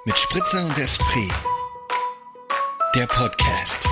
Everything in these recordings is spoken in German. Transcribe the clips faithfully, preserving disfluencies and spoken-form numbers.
Mit Spritzer und Esprit. Der Podcast.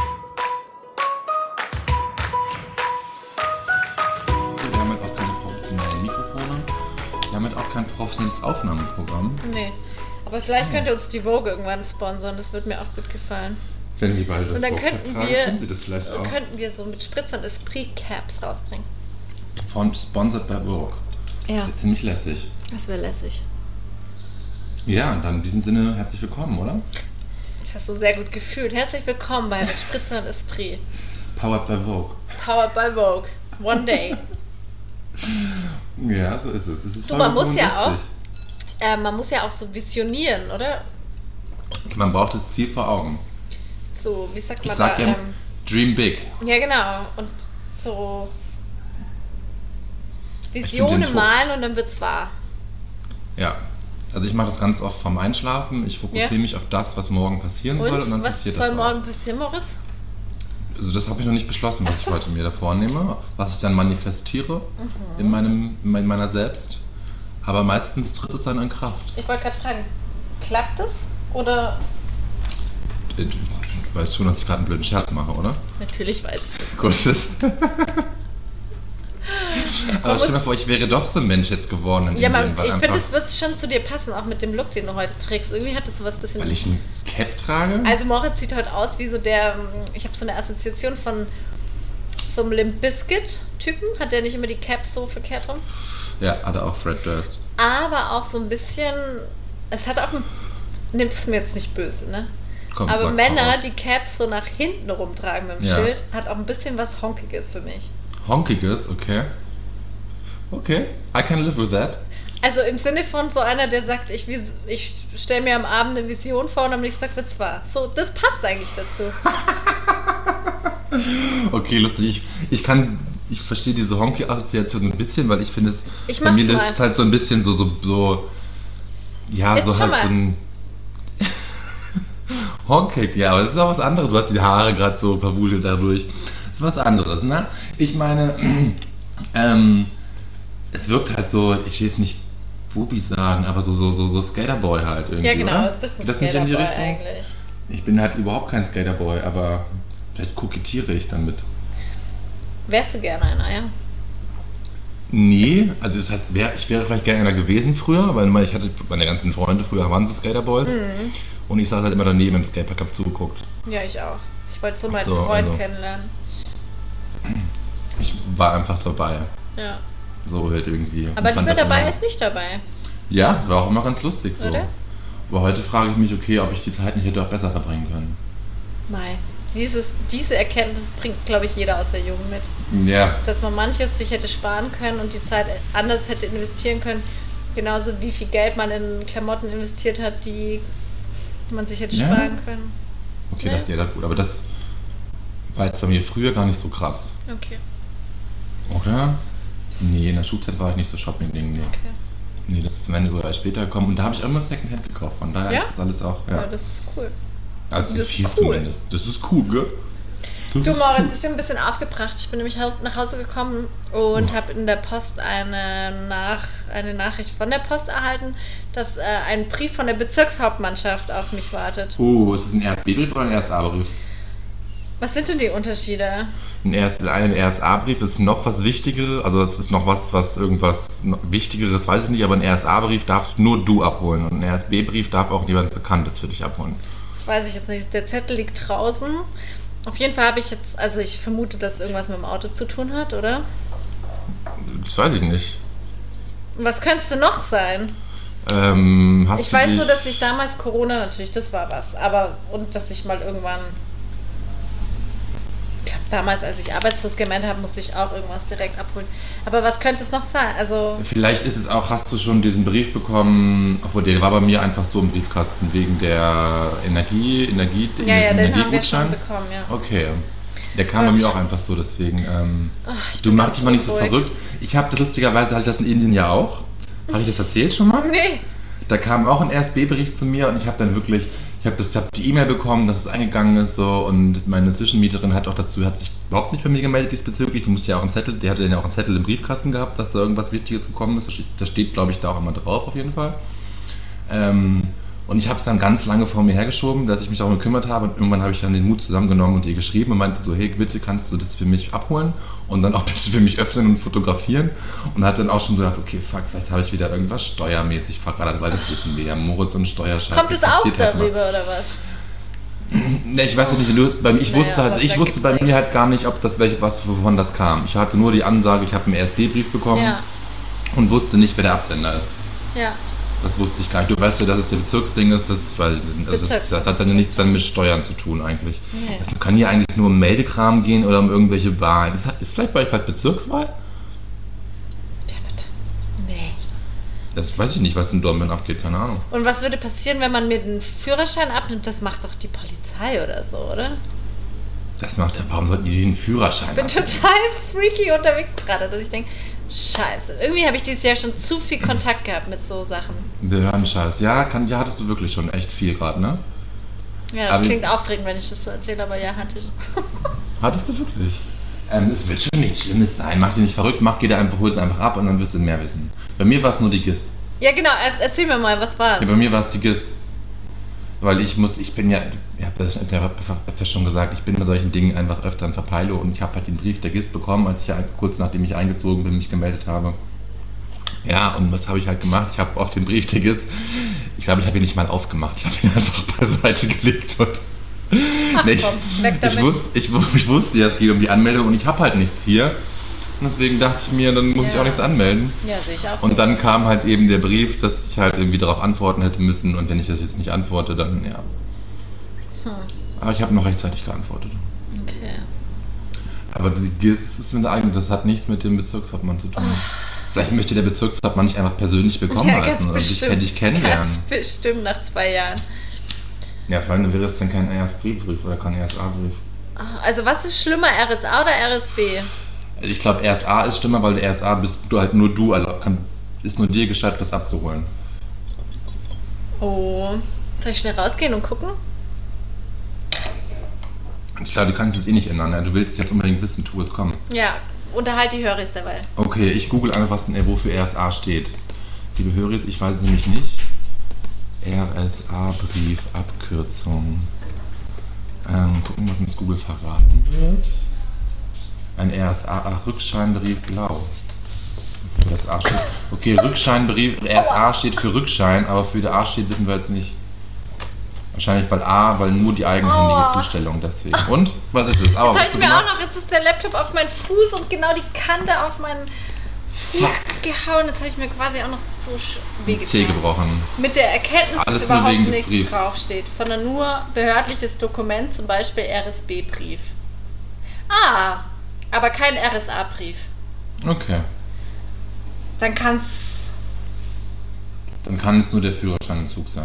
Wir haben halt auch keine professionellen Mikrofone. Wir haben halt auch kein professionelles Aufnahmeprogramm. Nee. Aber vielleicht oh. könnte uns die Vogue irgendwann sponsern. Das würde mir auch gut gefallen. Wenn die beide das und dann Vogue könnten vertragen, wir, können sie das vielleicht auch. könnten wir so mit Spritzer und Esprit Caps rausbringen. Von Sponsored by Vogue. Ja. Das ziemlich lässig. Das wäre lässig. Ja, dann in diesem Sinne herzlich willkommen, oder? Das hast du sehr gut gefühlt. Herzlich willkommen bei Mit Spritzer und Esprit. Powered by Vogue. Powered by Vogue. One day. Ja, so ist es. Es ist du, man muss ja auch, äh, man muss ja auch so visionieren, oder? Man braucht das Ziel vor Augen. So, wie sagt man ich sag da? Ja, Ähm, dream big. Ja, genau. Und so Visionen malen und dann wird's wahr. Ja. Also ich mache das ganz oft vorm Einschlafen. Ich fokussiere ja. mich auf das, was morgen passieren und? soll. Und dann was passiert soll das morgen auch. passieren, Moritz? Also das habe ich noch nicht beschlossen, was ich heute mir da vornehme. Was ich dann manifestiere mhm. in, meinem, in meiner Selbst. Aber meistens tritt es dann in Kraft. Ich wollte gerade fragen, klappt es oder... Du, du weißt schon, dass ich gerade einen blöden Scherz mache, oder? Natürlich weiß ich das. Gut. Aber stell dir mal vor, ich wäre doch so ein Mensch jetzt geworden. Ja, man, ich finde, es wird schon zu dir passen, auch mit dem Look, den du heute trägst. Irgendwie hat das so was bisschen... Weil ich ein Cap trage? Also Moritz sieht heute aus wie so der... Ich habe so eine Assoziation von so einem Limp Bizkit-Typen. Hat der nicht immer die Caps so verkehrt rum? Ja, hat er auch, Fred Durst. Aber auch so ein bisschen... Es hat auch ein... Nimmst es mir jetzt nicht böse, ne? Komm, aber Männer, die Caps so nach hinten rumtragen mit dem ja. Schild, hat auch ein bisschen was Honkiges für mich. Honkiges, okay. Okay, I can live with that. Also im Sinne von so einer, der sagt, ich, ich stelle mir am Abend eine Vision vor und am nächsten Tag wird's wahr. So, das passt eigentlich dazu. Okay, lustig. Ich, ich kann, ich verstehe diese Honky-Assoziation ein bisschen, weil ich finde es, ich bei mir das ist halt so ein bisschen so, so, so ja, Jetzt so halt mal. so ein Honkig, ja, aber das ist auch was anderes. Du hast die Haare gerade so verwuschelt dadurch. Das ist was anderes, ne? Ich meine, ähm, es wirkt halt so, ich will jetzt nicht Bubi sagen, aber so, so, so, so Skaterboy halt irgendwie, ja, genau, oder? ein bisschen das nicht in die Richtung? Eigentlich. Ich bin halt überhaupt kein Skaterboy, aber vielleicht kokettiere ich damit. Wärst du gerne einer, ja? Nee, also das heißt, wär, ich wäre vielleicht gerne einer gewesen früher, weil ich hatte, meine ganzen Freunde früher waren so Skaterboys. Mhm. Und ich saß halt immer daneben im Skatepark, hab zugeguckt. Ja, ich auch. Ich wollte so meinen so, Freund also, kennenlernen. Ich war einfach dabei. Ja. So halt irgendwie. Aber lieber dabei als nicht dabei. Ja, war auch immer ganz lustig so. Oder? Aber heute frage ich mich, okay, ob ich die Zeit nicht hätte auch besser verbringen können. Mei. Dieses, diese Erkenntnis bringt, glaube ich, jeder aus der Jugend mit. Ja. Dass man manches sich hätte sparen können und die Zeit anders hätte investieren können. Genauso wie viel Geld man in Klamotten investiert hat, die man sich hätte ja. sparen können. Okay, ja. das ist ja gut. Aber das war jetzt bei mir früher gar nicht so krass. Okay. Oder? Nee, in der Schulzeit war ich nicht so Shopping-Ding. Nee. Okay. Nee, das ist am Ende sogar erst später gekommen. Und da habe ich immer Secondhand gekauft. Von daher ja? ist das alles auch... Ja, ja das ist cool. Also das, das ist viel ist cool. Zumindest. Das ist cool, gell? Das du Moritz, ich bin ein bisschen aufgebracht. Ich bin nämlich nach Hause gekommen und oh. habe in der Post eine, Nach eine Nachricht von der Post erhalten, dass äh, ein Brief von der Bezirkshauptmannschaft auf mich wartet. Oh, ist das ein R S B-Brief oder ein R S A-Brief? Was sind denn die Unterschiede? Ein, ein R S A-Brief ist noch was Wichtigeres, also das ist noch was, was irgendwas Wichtigeres, weiß ich nicht, aber ein R S A-Brief darfst nur du abholen und ein R S B-Brief darf auch jemand Bekanntes für dich abholen. Das weiß ich jetzt nicht. Der Zettel liegt draußen. Auf jeden Fall habe ich jetzt, also ich vermute, dass irgendwas mit dem Auto zu tun hat, oder? Das weiß ich nicht. Was könnte es denn noch sein? Ähm, hast ich du weiß dich... nur, dass ich damals Corona natürlich, das war was, aber und dass ich mal irgendwann, ich glaube damals, als ich arbeitslos gemeldet habe, musste ich auch irgendwas direkt abholen. Aber was könnte es noch sein? Also vielleicht ist es auch, hast du schon diesen Brief bekommen, obwohl der war bei mir einfach so im Briefkasten wegen der Energie, Energie, ja, ja, den Energiegutschein. haben wir schon bekommen, ja. Okay. Der kam Gott. bei mir auch einfach so, deswegen. Ähm, oh, du machst dich mal nicht so verrückt. Ich habe das lustigerweise, hatte ich das in Indien ja auch. Habe ich das erzählt schon mal? Nee. Da kam auch ein R S B-Bericht zu mir und ich habe dann wirklich, ich habe hab die E-Mail bekommen, dass es eingegangen ist so und meine Zwischenmieterin hat auch dazu, hat sich überhaupt nicht bei mir gemeldet diesbezüglich. Du musst ja auch einen Zettel, der hatte ja auch einen Zettel im Briefkasten gehabt, dass da irgendwas Wichtiges gekommen ist. Das steht, das steht glaube ich, da auch immer drauf auf jeden Fall. Ähm, Und ich habe es dann ganz lange vor mir hergeschoben, dass ich mich darum gekümmert habe. Und irgendwann habe ich dann den Mut zusammengenommen und ihr geschrieben und meinte so, hey, bitte kannst du das für mich abholen und dann auch bitte für mich öffnen und fotografieren. Und habe dann auch schon so gedacht, okay, fuck, vielleicht habe ich wieder irgendwas steuermäßig verraten, weil das wissen wir ja, Moritz und Steuerscheiß. Kommt es auch darüber halt oder was? Ne, ich weiß ja nicht, du, bei, ich naja, wusste halt, ich wusste bei mir halt gar nicht, ob das welche, was wovon das kam. Ich hatte nur die Ansage, ich habe einen R S B-Brief bekommen Ja. und wusste nicht, wer der Absender ist. Ja. Das wusste ich gar nicht. Du weißt ja, dass es der Bezirksding ist, das, weil, also das, das hat dann ja nichts dann mit Steuern zu tun eigentlich. Nee. Es kann hier eigentlich nur um Meldekram gehen oder um irgendwelche Wahlen. Ist, ist vielleicht bei euch bald Bezirkswahl? Dammit. Nee. Das weiß ich nicht, was in Dortmund abgeht, keine Ahnung. Und was würde passieren, wenn man mir den Führerschein abnimmt? Das macht doch die Polizei oder so, oder? Das macht, warum sollten die den Führerschein Ich bin abgeben? total freaky unterwegs gerade, dass ich denke, scheiße. Irgendwie habe ich dieses Jahr schon zu viel Kontakt gehabt mit so Sachen. Behördenscheiß. Ja, kann, ja, hattest du wirklich schon echt viel gerade, ne? Ja, das Aber- klingt aufregend, wenn ich das so erzähle, aber ja, hatte ich. Hattest du wirklich? Ähm, es wird schon nichts Schlimmes sein. Mach dich nicht verrückt, mach, geh da einfach, hol es einfach ab und dann wirst du mehr wissen. Bei mir war es nur die G I S. Ja, genau, er, erzähl mir mal, was war Ja, es? bei mir war es die G I S. Weil ich muss, ich bin ja, ich habe das ja öfter schon gesagt, ich bin bei solchen Dingen einfach öfter ein Verpeilo und ich habe halt den Brief der G I S bekommen, als ich ja kurz nachdem ich eingezogen bin, mich gemeldet habe. Ja, und was habe ich halt gemacht? Ich habe auf den Brief der G I S, ich glaube, ich habe ihn nicht mal aufgemacht, ich habe ihn einfach beiseite gelegt und Ach nee, komm, weg ich, damit. ich, wusste, ich, wu- ich wusste ja, es geht um die Anmeldung und ich habe halt nichts hier. Und deswegen dachte ich mir, dann muss ich Ja. auch nichts anmelden. Ja, sehe ich auch Und so. dann kam halt eben der Brief, dass ich halt irgendwie darauf antworten hätte müssen und wenn ich das jetzt nicht antworte, dann ja. Hm. Aber ich habe noch rechtzeitig geantwortet. Okay. Aber die G I S das ist mit der eigenen, das hat nichts mit dem Bezirkshauptmann zu tun. Vielleicht möchte der Bezirkshauptmann nicht einfach persönlich willkommen Ja, heißen oder dich, dich kennenlernen. Ganz bestimmt nach zwei Jahren. Ja, vor allem wäre es dann kein R S B-Brief oder kein R S A-Brief. Also was ist schlimmer, R S A oder R S B? Ich glaube, R S A ist schlimmer, weil der R S A bist du halt nur du, erlaubt, kann, ist nur dir gestattet, das abzuholen. Oh. Soll ich schnell rausgehen und gucken? Ich glaube, du kannst es eh nicht ändern. Ne? Du willst jetzt unbedingt wissen, tu es, komm. Ja, unterhalte die Höris dabei. Okay, ich google einfach, was denn wofür R S A steht. Liebe Höris, ich weiß es nämlich nicht. R S A-Brief, Abkürzung. Ähm, gucken, was uns Google verraten wird. Ein R S A, ach, Rückscheinbrief blau. Für das A steht. Okay, Rückscheinbrief, R S A steht für Rückschein, aber für der A steht, wissen wir jetzt nicht. Wahrscheinlich weil A, weil nur die eigenhändige Aua. Zustellung deswegen. Und? Was ist es? Aber Jetzt habe was ich du mir gemacht? auch noch, jetzt ist der Laptop auf meinen Fuß und genau die Kante auf meinen Fuß Fuck. gehauen. Jetzt habe ich mir quasi auch noch so sch- wehgetan. C gebrochen. Mit der Erkenntnis, Alles dass nur überhaupt wegen des nichts Briefs. draufsteht, sondern nur behördliches Dokument, zum Beispiel R S B-Brief. Ah, aber kein R S A-Brief. Okay. Dann kann es... Dann kann es nur der Führerscheinentzug sein.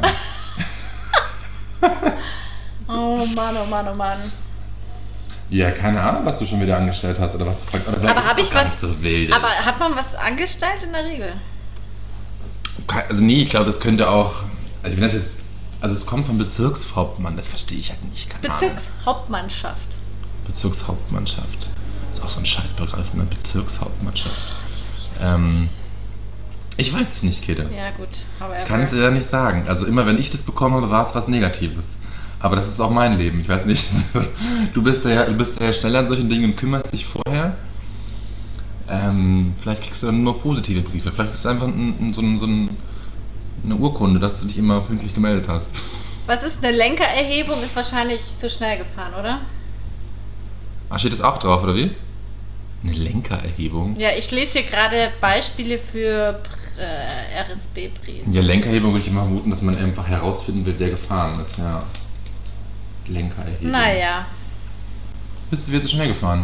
Oh Mann, oh Mann, oh Mann. Ja, keine Ahnung, was du schon wieder angestellt hast oder was du fragst. Oder vielleicht Aber ist habe es ich gar was... nicht so wild. Aber hat man was angestellt in der Regel? Also nee, ich glaube, das könnte auch. Also wenn das jetzt. Also es kommt vom Bezirkshauptmann, das verstehe ich halt nicht. Keine Ahnung. Bezirkshauptmannschaft. Bezirkshauptmannschaft. Ist auch so ein Scheißbegriff, ne? Bezirkshauptmannschaft. Ähm, ich weiß es nicht, Käthe. Ja gut, aber Ich kann es dir ja nicht sagen. Also immer wenn ich das bekommen habe, war es was Negatives. Aber das ist auch mein Leben. Ich weiß nicht. Du bist ja, du bist ja schneller an solchen Dingen und kümmerst dich vorher. Ähm, vielleicht kriegst du dann nur positive Briefe. Vielleicht kriegst du einfach ein, ein, so, ein, so ein, eine Urkunde, dass du dich immer pünktlich gemeldet hast. Was ist eine Lenkererhebung? Ist wahrscheinlich zu schnell gefahren, oder? Ah, steht das auch drauf, oder wie? Eine Lenkererhebung? Ja, ich lese hier gerade Beispiele für äh, R S B-Briefe. Ja, Lenkererhebung würde ich immer vermuten, dass man einfach herausfinden will, wer gefahren ist. Ja. Lenkererhebung. Naja. Bist du wieder zu schnell gefahren?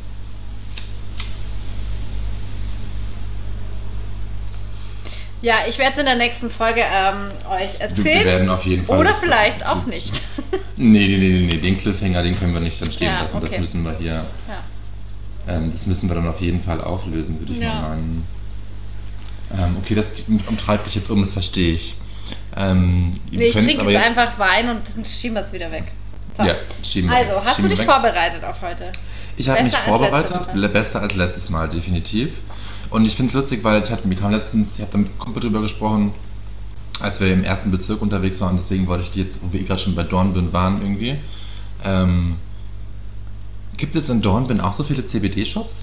Ja, ich werde es in der nächsten Folge ähm, euch Du, wir erzählen. werden auf jeden Fall. Oder das- vielleicht auch nicht. Nee, nee, nee, nee, nee, den Cliffhanger, den können wir nicht dann stehen Ja, lassen. okay. Das müssen wir hier. Ja. Ähm, das müssen wir dann auf jeden Fall auflösen, würde ich Ja. mal meinen. Ähm, okay, das umtreibt dich jetzt um, das verstehe ich. Ähm, Nee, ich trinke jetzt einfach Wein und dann schieben wir es wieder weg. So. Ja, schieben wir Also, hast schieben du dich wir weg. vorbereitet auf heute? Ich habe mich Besser als letzte vorbereitet, Woche. le- besser als letztes Mal, definitiv. Und ich finde es lustig, weil ich hatte, mir kam letztens, ich habe da mit einem Kumpel drüber gesprochen, als wir im ersten Bezirk unterwegs waren, deswegen wollte ich die jetzt, wo wir gerade schon bei Dornbirn waren irgendwie. Ähm, gibt es in Dornbirn auch so viele C B D-Shops?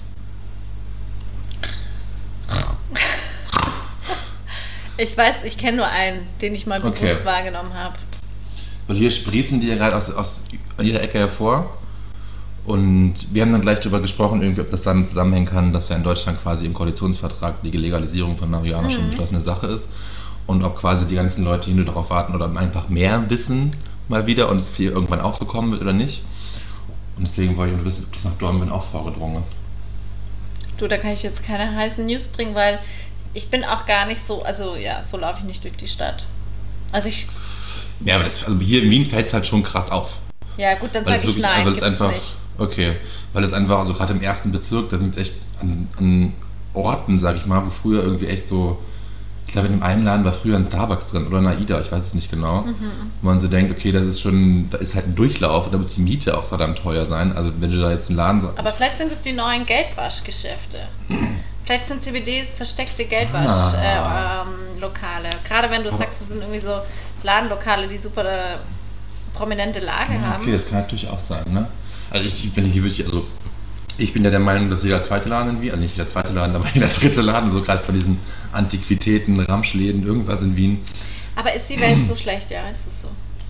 Ich weiß, ich kenne nur einen, den ich mal bewusst Okay. wahrgenommen habe. Weil hier sprießen die ja gerade aus, aus jeder Ecke hervor. Und wir haben dann gleich darüber gesprochen, irgendwie, ob das damit zusammenhängen kann, dass ja in Deutschland quasi im Koalitionsvertrag die Legalisierung von Marihuana Mhm. schon beschlossene Sache ist. Und ob quasi die ganzen Leute hier nur darauf warten oder einfach mehr wissen mal wieder und es hier irgendwann auch so kommen wird oder nicht. Und deswegen wollte ich nur wissen, ob das nach Dornbirn auch vorgedrungen ist. Du, da kann ich jetzt keine heißen News bringen, weil ich bin auch gar nicht so, also ja, so laufe ich nicht durch die Stadt. Also ich, Ja, aber das, also hier in Wien fällt es halt schon krass auf. ja gut, dann Weil es sage ich wirklich, nein, weil es gibt's einfach, nicht. okay, weil es einfach, also gerade im ersten Bezirk, da sind echt an, an Orten, sag ich mal, wo früher irgendwie echt so, ich glaube in dem einen Laden war früher ein Starbucks drin oder eine AIDA, ich weiß es nicht genau, Mhm. wo man so denkt, okay, das ist schon, da ist halt ein Durchlauf und da muss die Miete auch verdammt teuer sein, also wenn du da jetzt einen Laden so... Aber vielleicht sind es die neuen Geldwaschgeschäfte. Vielleicht sind C B Ds versteckte Geldwaschlokale. Ah. Äh, ähm, Lokale. Gerade wenn du sagst, es sind irgendwie so Ladenlokale, die super äh, prominente Lage Ja, haben. okay, das kann natürlich auch sein, ne? Also ich, ich bin hier wirklich, also ich bin ja der Meinung, dass jeder zweite Laden in Wien, also nicht jeder zweite Laden, aber jeder dritte Laden, so gerade von diesen Antiquitäten, Ramschläden, irgendwas in Wien. Aber ist die Welt so schlecht? Ja, ist es so.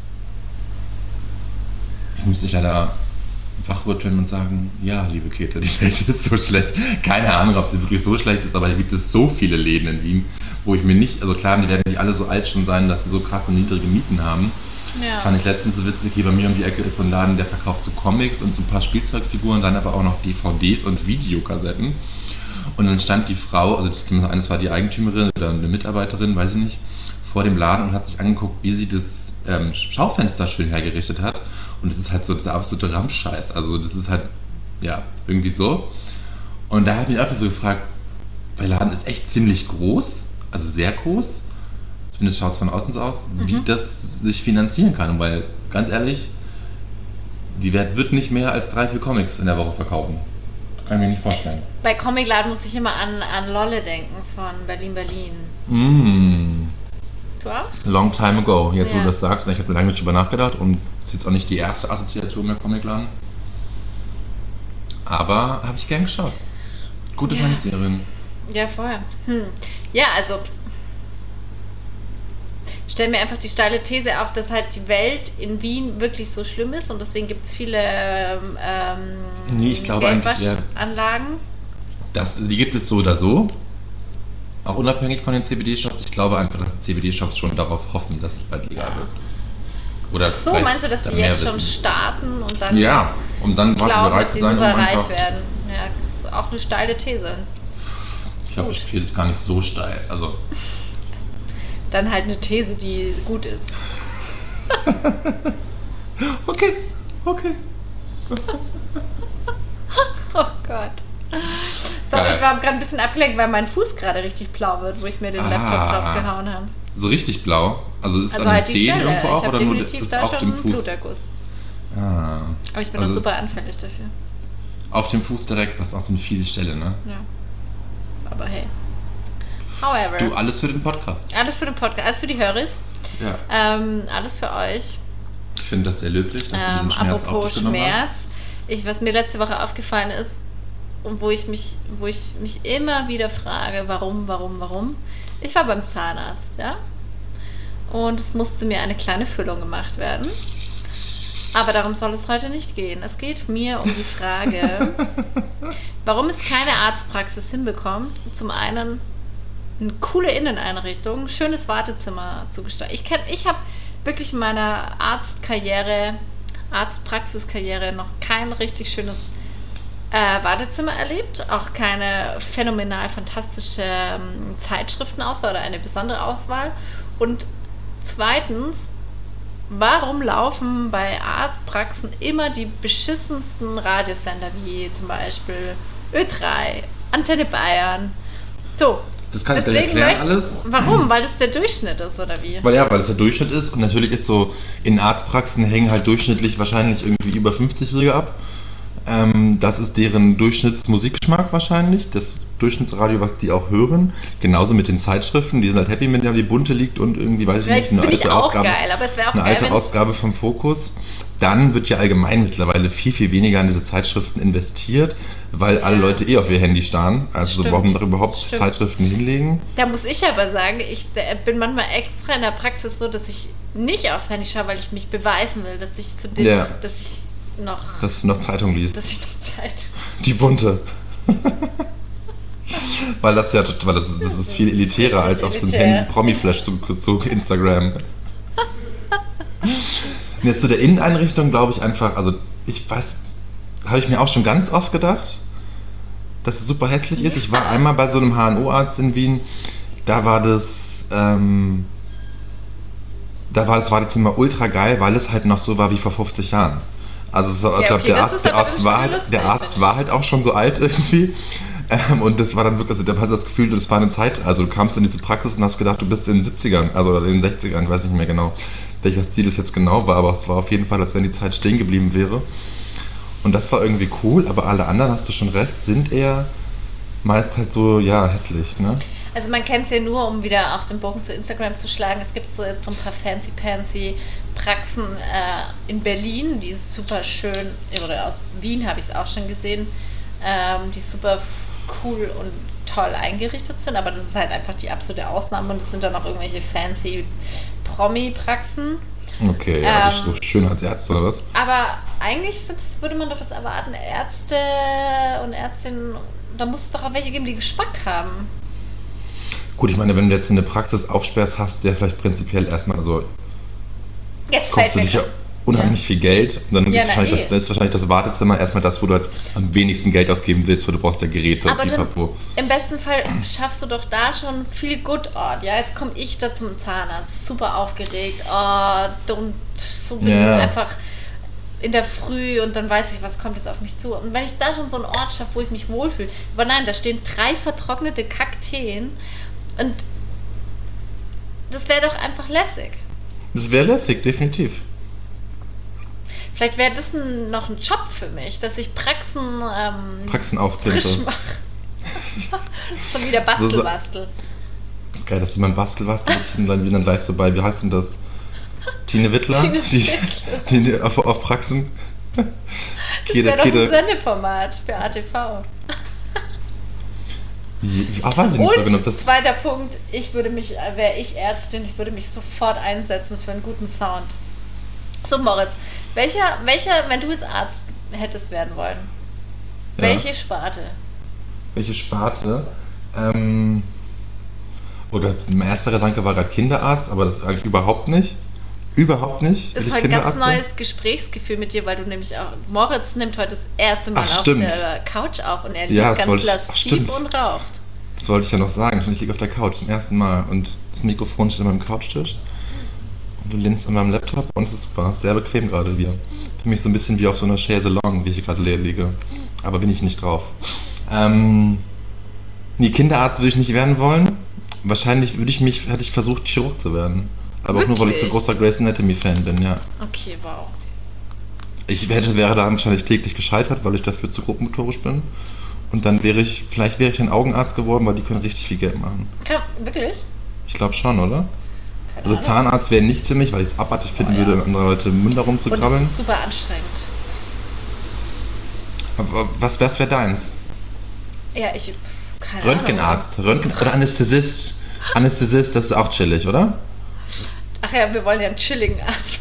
Ich muss dich leider wachrütteln und sagen, ja, liebe Käthe, die Welt ist so schlecht. Keine Ahnung, ob sie wirklich so schlecht ist, aber hier gibt es so viele Läden in Wien, wo ich mir nicht, also klar, die werden nicht alle so alt schon sein, dass sie so krasse niedrige Mieten haben. Ja. Das fand ich letztens so witzig, hier bei mir um die Ecke ist so ein Laden, der verkauft so Comics und so ein paar Spielzeugfiguren, dann aber auch noch D V Ds und Videokassetten. Und dann stand die Frau, also eines war die Eigentümerin oder eine Mitarbeiterin, weiß ich nicht, vor dem Laden und hat sich angeguckt, wie sie das ähm, Schaufenster schön hergerichtet hat. Und das ist halt so der absolute Ramschscheiß. Also das ist halt, ja, irgendwie so. Und da habe ich mich einfach so gefragt, der Laden ist echt ziemlich groß, also sehr groß. Zumindest schaut es von außen so aus, Mhm. wie das sich finanzieren kann. Weil, ganz ehrlich, die Welt wird nicht mehr als drei, vier Comics in der Woche verkaufen. Kann ich mir nicht vorstellen. Bei Comicladen muss ich immer an, an Lolle denken von Berlin Berlin. Mm, Du auch? long time ago. Jetzt, wo Ja. du das sagst, ich habe lange nicht drüber nachgedacht und das ist jetzt auch nicht die erste Assoziation mit Comicladen. Aber habe ich gern geschaut. Gute Ja. Fernsehserin. Ja, vorher. Hm. Ja, also stell mir einfach die steile These auf, dass halt die Welt in Wien wirklich so schlimm ist und deswegen gibt es viele ähm, Nee, ich glaube eigentlich, ja. Geldwaschanlagen. Das, die gibt es so oder so. Auch unabhängig von den C B D-Shops. Ich glaube einfach, dass die C B D-Shops schon darauf hoffen, dass es bald legal wird. Oder So, vielleicht meinst du, dass dann die mehr jetzt schon wissen. starten und dann Ja, um dann quasi glauben, bereit dass zu sie sein, um super einfach... reich werden? Ja, das ist auch eine steile These. Ich glaube, ich spiele das gar nicht so steil. Also, Dann halt eine These, die gut ist. okay, okay. Oh Gott. So, Geil. ich war gerade ein bisschen abgelenkt, weil mein Fuß gerade richtig blau wird, wo ich mir den Ah. Laptop draufgehauen habe. So richtig blau. Also ist es Also an halt den die Zehen Stelle. irgendwo Ich auch habe oder nur definitiv ist da auf schon dem einen Fuß? Bluterguss. Ah. Aber ich bin Also auch super es- anfällig dafür. Auf dem Fuß direkt, das ist auch so eine fiese Stelle, ne? Ja. Aber hey. However. Du, alles für den Podcast. Alles für den Podcast, alles für die Höris. Ja. Ähm, alles für euch. Ich finde das sehr löblich, dass du Ähm, diesen Schmerz auf apropos dich genommen Schmerz. hast. Ich, was mir letzte Woche aufgefallen ist und wo ich mich, wo ich mich immer wieder frage, warum, warum, warum. Ich war beim Zahnarzt, ja. Und es musste mir eine kleine Füllung gemacht werden. Aber darum soll es heute nicht gehen. Es geht mir um die Frage, warum es keine Arztpraxis hinbekommt, zum einen eine coole Inneneinrichtung, ein schönes Wartezimmer zu gestalten. Ich, kenn- ich habe wirklich in meiner Arztkarriere, Arztpraxiskarriere noch kein richtig schönes äh, Wartezimmer erlebt. Auch keine phänomenal fantastische ähm, Zeitschriftenauswahl oder eine besondere Auswahl. Und zweitens, warum laufen bei Arztpraxen immer die beschissensten Radiosender, wie zum Beispiel Ö drei, Antenne Bayern? So, Das kann ich dir deswegen erklären möcht- alles. Warum? Weil das der Durchschnitt ist, oder wie? Weil ja, weil es der Durchschnitt ist und natürlich ist so, in Arztpraxen hängen halt durchschnittlich wahrscheinlich irgendwie über fünfzigjährige ab. Ähm, das ist deren Durchschnittsmusikgeschmack wahrscheinlich. Das Durchschnittsradio, was die auch hören. Genauso mit den Zeitschriften, die sind halt happy, wenn da die bunte liegt und irgendwie, weiß ich Vielleicht nicht, eine finde ich alte auch Ausgabe, geil, aber es wäre auch eine geil, alte wenn's- Ausgabe vom Fokus. Dann wird ja allgemein mittlerweile viel, viel weniger in diese Zeitschriften investiert, weil alle Leute eh auf ihr Handy starren. Also Stimmt. warum doch überhaupt Stimmt. Zeitschriften hinlegen? Da muss ich aber sagen, ich äh, bin manchmal extra in der Praxis so, dass ich nicht aufs Handy schaue, weil ich mich beweisen will, dass ich zu dem, Ja. dass ich noch, Dass du noch Zeitung liest. dass ich noch Zeit. Die bunte. Weil das ja tot- weil das ist, das ist viel elitärer als auf so ein elitär. Handy-Promi-Flash zu, zu Instagram. Und jetzt zu der Inneneinrichtung glaube ich einfach, also ich weiß, habe ich mir auch schon ganz oft gedacht, dass es super hässlich ist. Ich war einmal bei so einem H N O-Arzt in Wien, da war das, ähm, da war das Wartezimmer ultra geil, weil es halt noch so war wie vor fünfzig Jahren. Also so, ich Ja, glaube, okay, der das Arzt, ist der aber Arzt dann war schon halt, lustig, der Arzt finde ich. war halt auch schon so alt irgendwie. Ähm, und das war dann wirklich, also da hast du das Gefühl, das war eine Zeit, also du kamst in diese Praxis und hast gedacht, du bist in den siebzigern, also oder in den sechzigern, ich weiß nicht mehr genau, welcher Stil das jetzt genau war, aber es war auf jeden Fall, als wenn die Zeit stehen geblieben wäre. Und das war irgendwie cool, aber alle anderen, hast du schon recht, sind eher meist halt so, ja, hässlich, ne? Also man kennt es ja nur, um wieder auch den Bogen zu Instagram zu schlagen. Es gibt so jetzt so ein paar fancy-pancy Praxen äh, in Berlin, die super schön, oder aus Wien habe ich es auch schon gesehen, ähm, die super f- cool und toll eingerichtet sind, aber das ist halt einfach die absolute Ausnahme und das sind dann auch irgendwelche fancy Promi-Praxen. Okay, ja, also Ähm, so Schönheitsärzte oder was? Aber eigentlich sind das, würde man doch jetzt erwarten, Ärzte und Ärztinnen, da muss es doch auch welche geben, die Geschmack haben. Gut, ich meine, wenn du jetzt eine Praxis aufsperrst, hast du ja vielleicht prinzipiell erstmal so, Jetzt kostet fällt dich mir ja unheimlich viel Geld. Und dann Ja, ist, na wahrscheinlich eh. das, dann ist wahrscheinlich das Wartezimmer erstmal das, wo du halt am wenigsten Geld ausgeben willst, weil du brauchst ja Geräte, Aber dann, pipapo. im besten Fall schaffst du doch da schon viel Good Ort. Ja, jetzt komme ich da zum Zahnarzt, super aufgeregt. Oh, und so bin Ja. ich einfach in der Früh und dann weiß ich, was kommt jetzt auf mich zu. Und wenn ich da schon so einen Ort schaffe, wo ich mich wohlfühle. Aber nein, da stehen drei vertrocknete Kakteen und das wäre doch einfach lässig. Das wäre lässig, definitiv. Vielleicht wäre das ein, noch ein Job für mich, dass ich Praxen ähm, Praxen aufpimpe. frisch mache. So wie der So, so- Bastelbastel. Das ist geil, dass du mein Bastel warst, dass ich dann, dann gleich so bei, wie heißt denn das? Tine Wittler? Tine die, Wittler. die, auf, auf Praxen. Das Kede, wäre doch ein Kede. Sendeformat für A T V. Wie- Ach, weiß ich nicht so Und genau. Das, zweiter Punkt, ich würde mich, wäre ich Ärztin, ich würde mich sofort einsetzen für einen guten Sound. So Moritz, welcher, welcher, wenn du jetzt Arzt hättest werden wollen, Ja. welche Sparte? welche Sparte? Ähm, oh, das, mein erster Gedanke war gerade Kinderarzt, aber das eigentlich überhaupt nicht. Überhaupt nicht. Das Will ist ich heute ein ganz Kinderarzt sein? neues Gesprächsgefühl mit dir, weil du nämlich auch, Moritz nimmt heute das erste Mal Ach, auf stimmt. der Couch auf und er Ja, liegt das ganz wollte ich- ach, lasziv stimmt. und raucht. Das wollte ich ja noch sagen. Ich liege auf der Couch zum ersten Mal und das Mikrofon steht an meinem Couchtisch. Und du lehnst an meinem Laptop und es ist super. Sehr bequem gerade hier. Für mich so ein bisschen wie auf so einer Chaise Longue, wie ich hier gerade leer liege. Aber bin ich nicht drauf. Ähm, nee, Kinderarzt würde ich nicht werden wollen. Wahrscheinlich würde ich mich, hätte ich versucht, Chirurg zu werden. Aber auch nur, weil ich so Wirklich? großer Grey's Anatomy-Fan bin, ja. Okay, wow. Ich hätte, wäre da wahrscheinlich kläglich gescheitert, weil ich dafür zu grobmotorisch bin. Und dann wäre ich, vielleicht wäre ich ein Augenarzt geworden, weil die können richtig viel Geld machen. Kann, wirklich? Ich glaube schon, oder? Keine Also Ahnung. Zahnarzt wäre nichts für mich, weil ich es abartig finden Oh, ja. würde, andere Leute im Mund Und es herumzukrabbeln. ist super anstrengend. Aber was was wäre deins? Ja, ich. Keine Ahnung. Röntgenarzt, Röntgen oder Anästhesist. Anästhesist, das ist auch chillig, oder? Ach ja, wir wollen ja einen chilligen Arzt.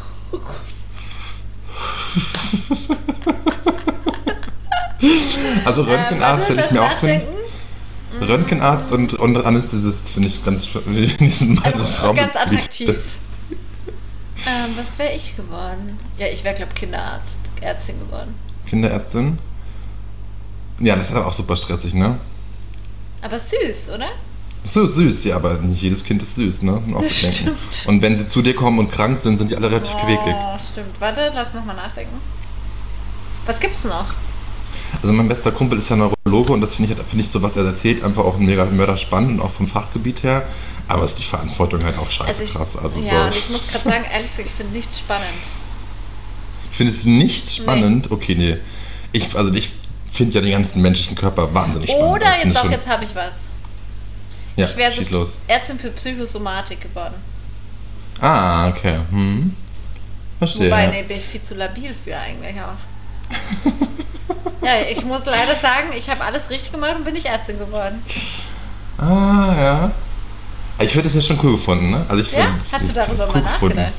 Also Röntgenarzt Ähm, stelle ich mir auch zu. nachdenken. Röntgenarzt und, und Anästhesist finde ich ganz die sind meine Traum. Ganz attraktiv. Ähm, was wäre ich geworden? Ja, ich wäre, glaube ich, Kinderarzt, Ärztin geworden. Kinderärztin. Ja, das ist aber auch super stressig, ne? Aber süß, oder? So süß, ja, aber nicht jedes Kind ist süß, ne? Und, auch Das bedenken. stimmt. Und wenn sie zu dir kommen und krank sind, sind die alle relativ quäkig. Oh, stimmt. Warte, lass nochmal nachdenken. Was gibt's noch? Also mein bester Kumpel ist ja Neurologe und das finde ich, find ich so, was er erzählt, einfach auch mega mörder spannend und auch vom Fachgebiet her. Aber ist die Verantwortung halt auch scheiße Also ich, krass. Also ja, so. und ich muss gerade sagen, ehrlich gesagt, ich finde nichts spannend. Ich finde es nicht spannend. Okay, nee. Ich, also ich finde ja den ganzen menschlichen Körper wahnsinnig spannend. Oder Ich finde jetzt auch, schon- jetzt habe ich was. Ja, Ich wäre schieß so los. Ärztin für Psychosomatik geworden. Ah, okay. Hm. Verstehe. Wobei, ja. nee, bin ich viel zu labil für eigentlich auch. Ja, ich muss leider sagen, ich habe alles richtig gemacht und bin nicht Ärztin geworden. Ah, ja. Ich hätte es ja schon cool gefunden, ne? Also ich Ja? find's- Hast du ich darüber find's mal cool gefunden. nachgedacht?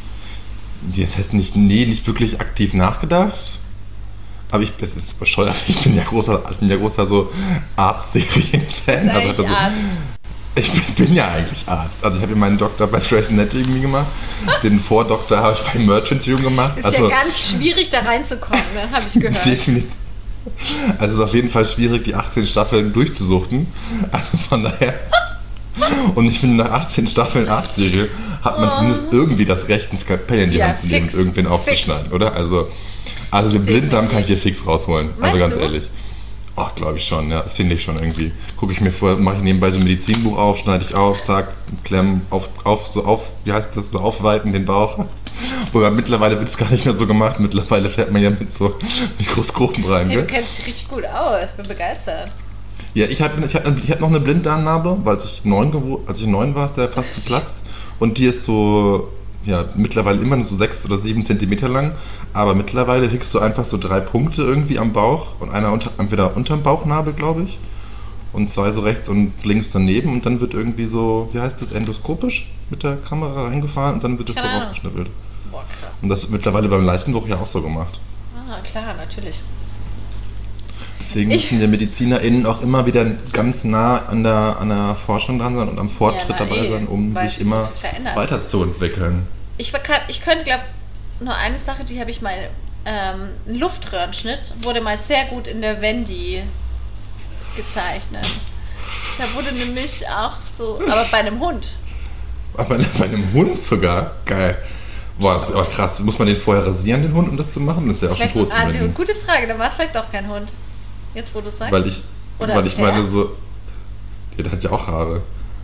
Das heißt nicht, nee, nicht wirklich aktiv nachgedacht. Aber ich, es ist bescheuert. Ich bin ja großer, ich bin ja großer so Arzt-Serien-Fan. Bist eigentlich also, Arzt? Ich bin, bin ja eigentlich Arzt. Also ich habe ja meinen Doktor bei Grey's Anatomy gemacht. Den Vordoktor habe ich bei Merchant gemacht. Ist also, ja ganz schwierig, da reinzukommen, ne? Habe ich gehört. definitiv. Also es ist auf jeden Fall schwierig, die achtzehn Staffeln durchzusuchten. Also von daher. Und ich finde, nach achtzehn Staffeln Arztserie hat man Oh. zumindest irgendwie das Recht, ein Skalpell in die Ja, Hand zu nehmen fix, und irgendwen fix. aufzuschneiden, oder? Also, also den Blinddarm kann ich dir fix rausholen. Also Meinst ganz du? ehrlich. Ach, glaube ich schon, ja. Das finde ich schon irgendwie. Gucke ich mir vor, mache ich nebenbei so ein Medizinbuch auf, schneide ich auf, zack, klemm, auf, auf, so auf, wie heißt das, so aufweiten den Bauch. Wobei mittlerweile wird es gar nicht mehr so gemacht. Mittlerweile fährt man ja mit so Mikroskopen rein, Hey, du gell? kennst dich richtig gut aus, ich bin begeistert. Ja, ich hatte ich hatte, ich hatte noch eine Blinddarmnarbe, weil als ich neun, gewo- als ich neun war, ist der fast geplatzt. Und die ist so, ja, mittlerweile immer nur so sechs oder sieben Zentimeter lang. Aber mittlerweile kriegst du einfach so drei Punkte irgendwie am Bauch und einer unter, entweder unterm Bauchnabel, glaube ich, und zwei so rechts und links daneben. Und dann wird irgendwie so, wie heißt das, endoskopisch mit der Kamera reingefahren und dann wird das so Keine Ahnung. rausgeschnippelt. Boah, krass. Und das wird mittlerweile beim Leistenbruch ja auch so gemacht. Ah, klar, natürlich. Deswegen Ich- müssen die MedizinerInnen auch immer wieder ganz nah an der, an der Forschung dran sein und am Fortschritt Ja, na dabei eh, sein, um weil sich sich so immer viel verändert. weiterzuentwickeln. Ich, verka- ich könnte, glaube nur eine Sache, die habe ich mal, ähm, ein Luftröhrenschnitt, wurde mal sehr gut in der Wendy gezeichnet. Da wurde nämlich auch so, aber bei einem Hund. Aber bei einem Hund sogar? Geil. Boah, das ist aber krass. Muss man den vorher rasieren, den Hund, um das zu machen? Das ist ja auch schon Vielleicht, tot. ah, wenn die, den- gute Frage, dann war es vielleicht doch kein Hund. Jetzt, wo du es sagst. Weil ich, Oder weil ich Pferd? meine so... Ja, der hat ja auch Haare.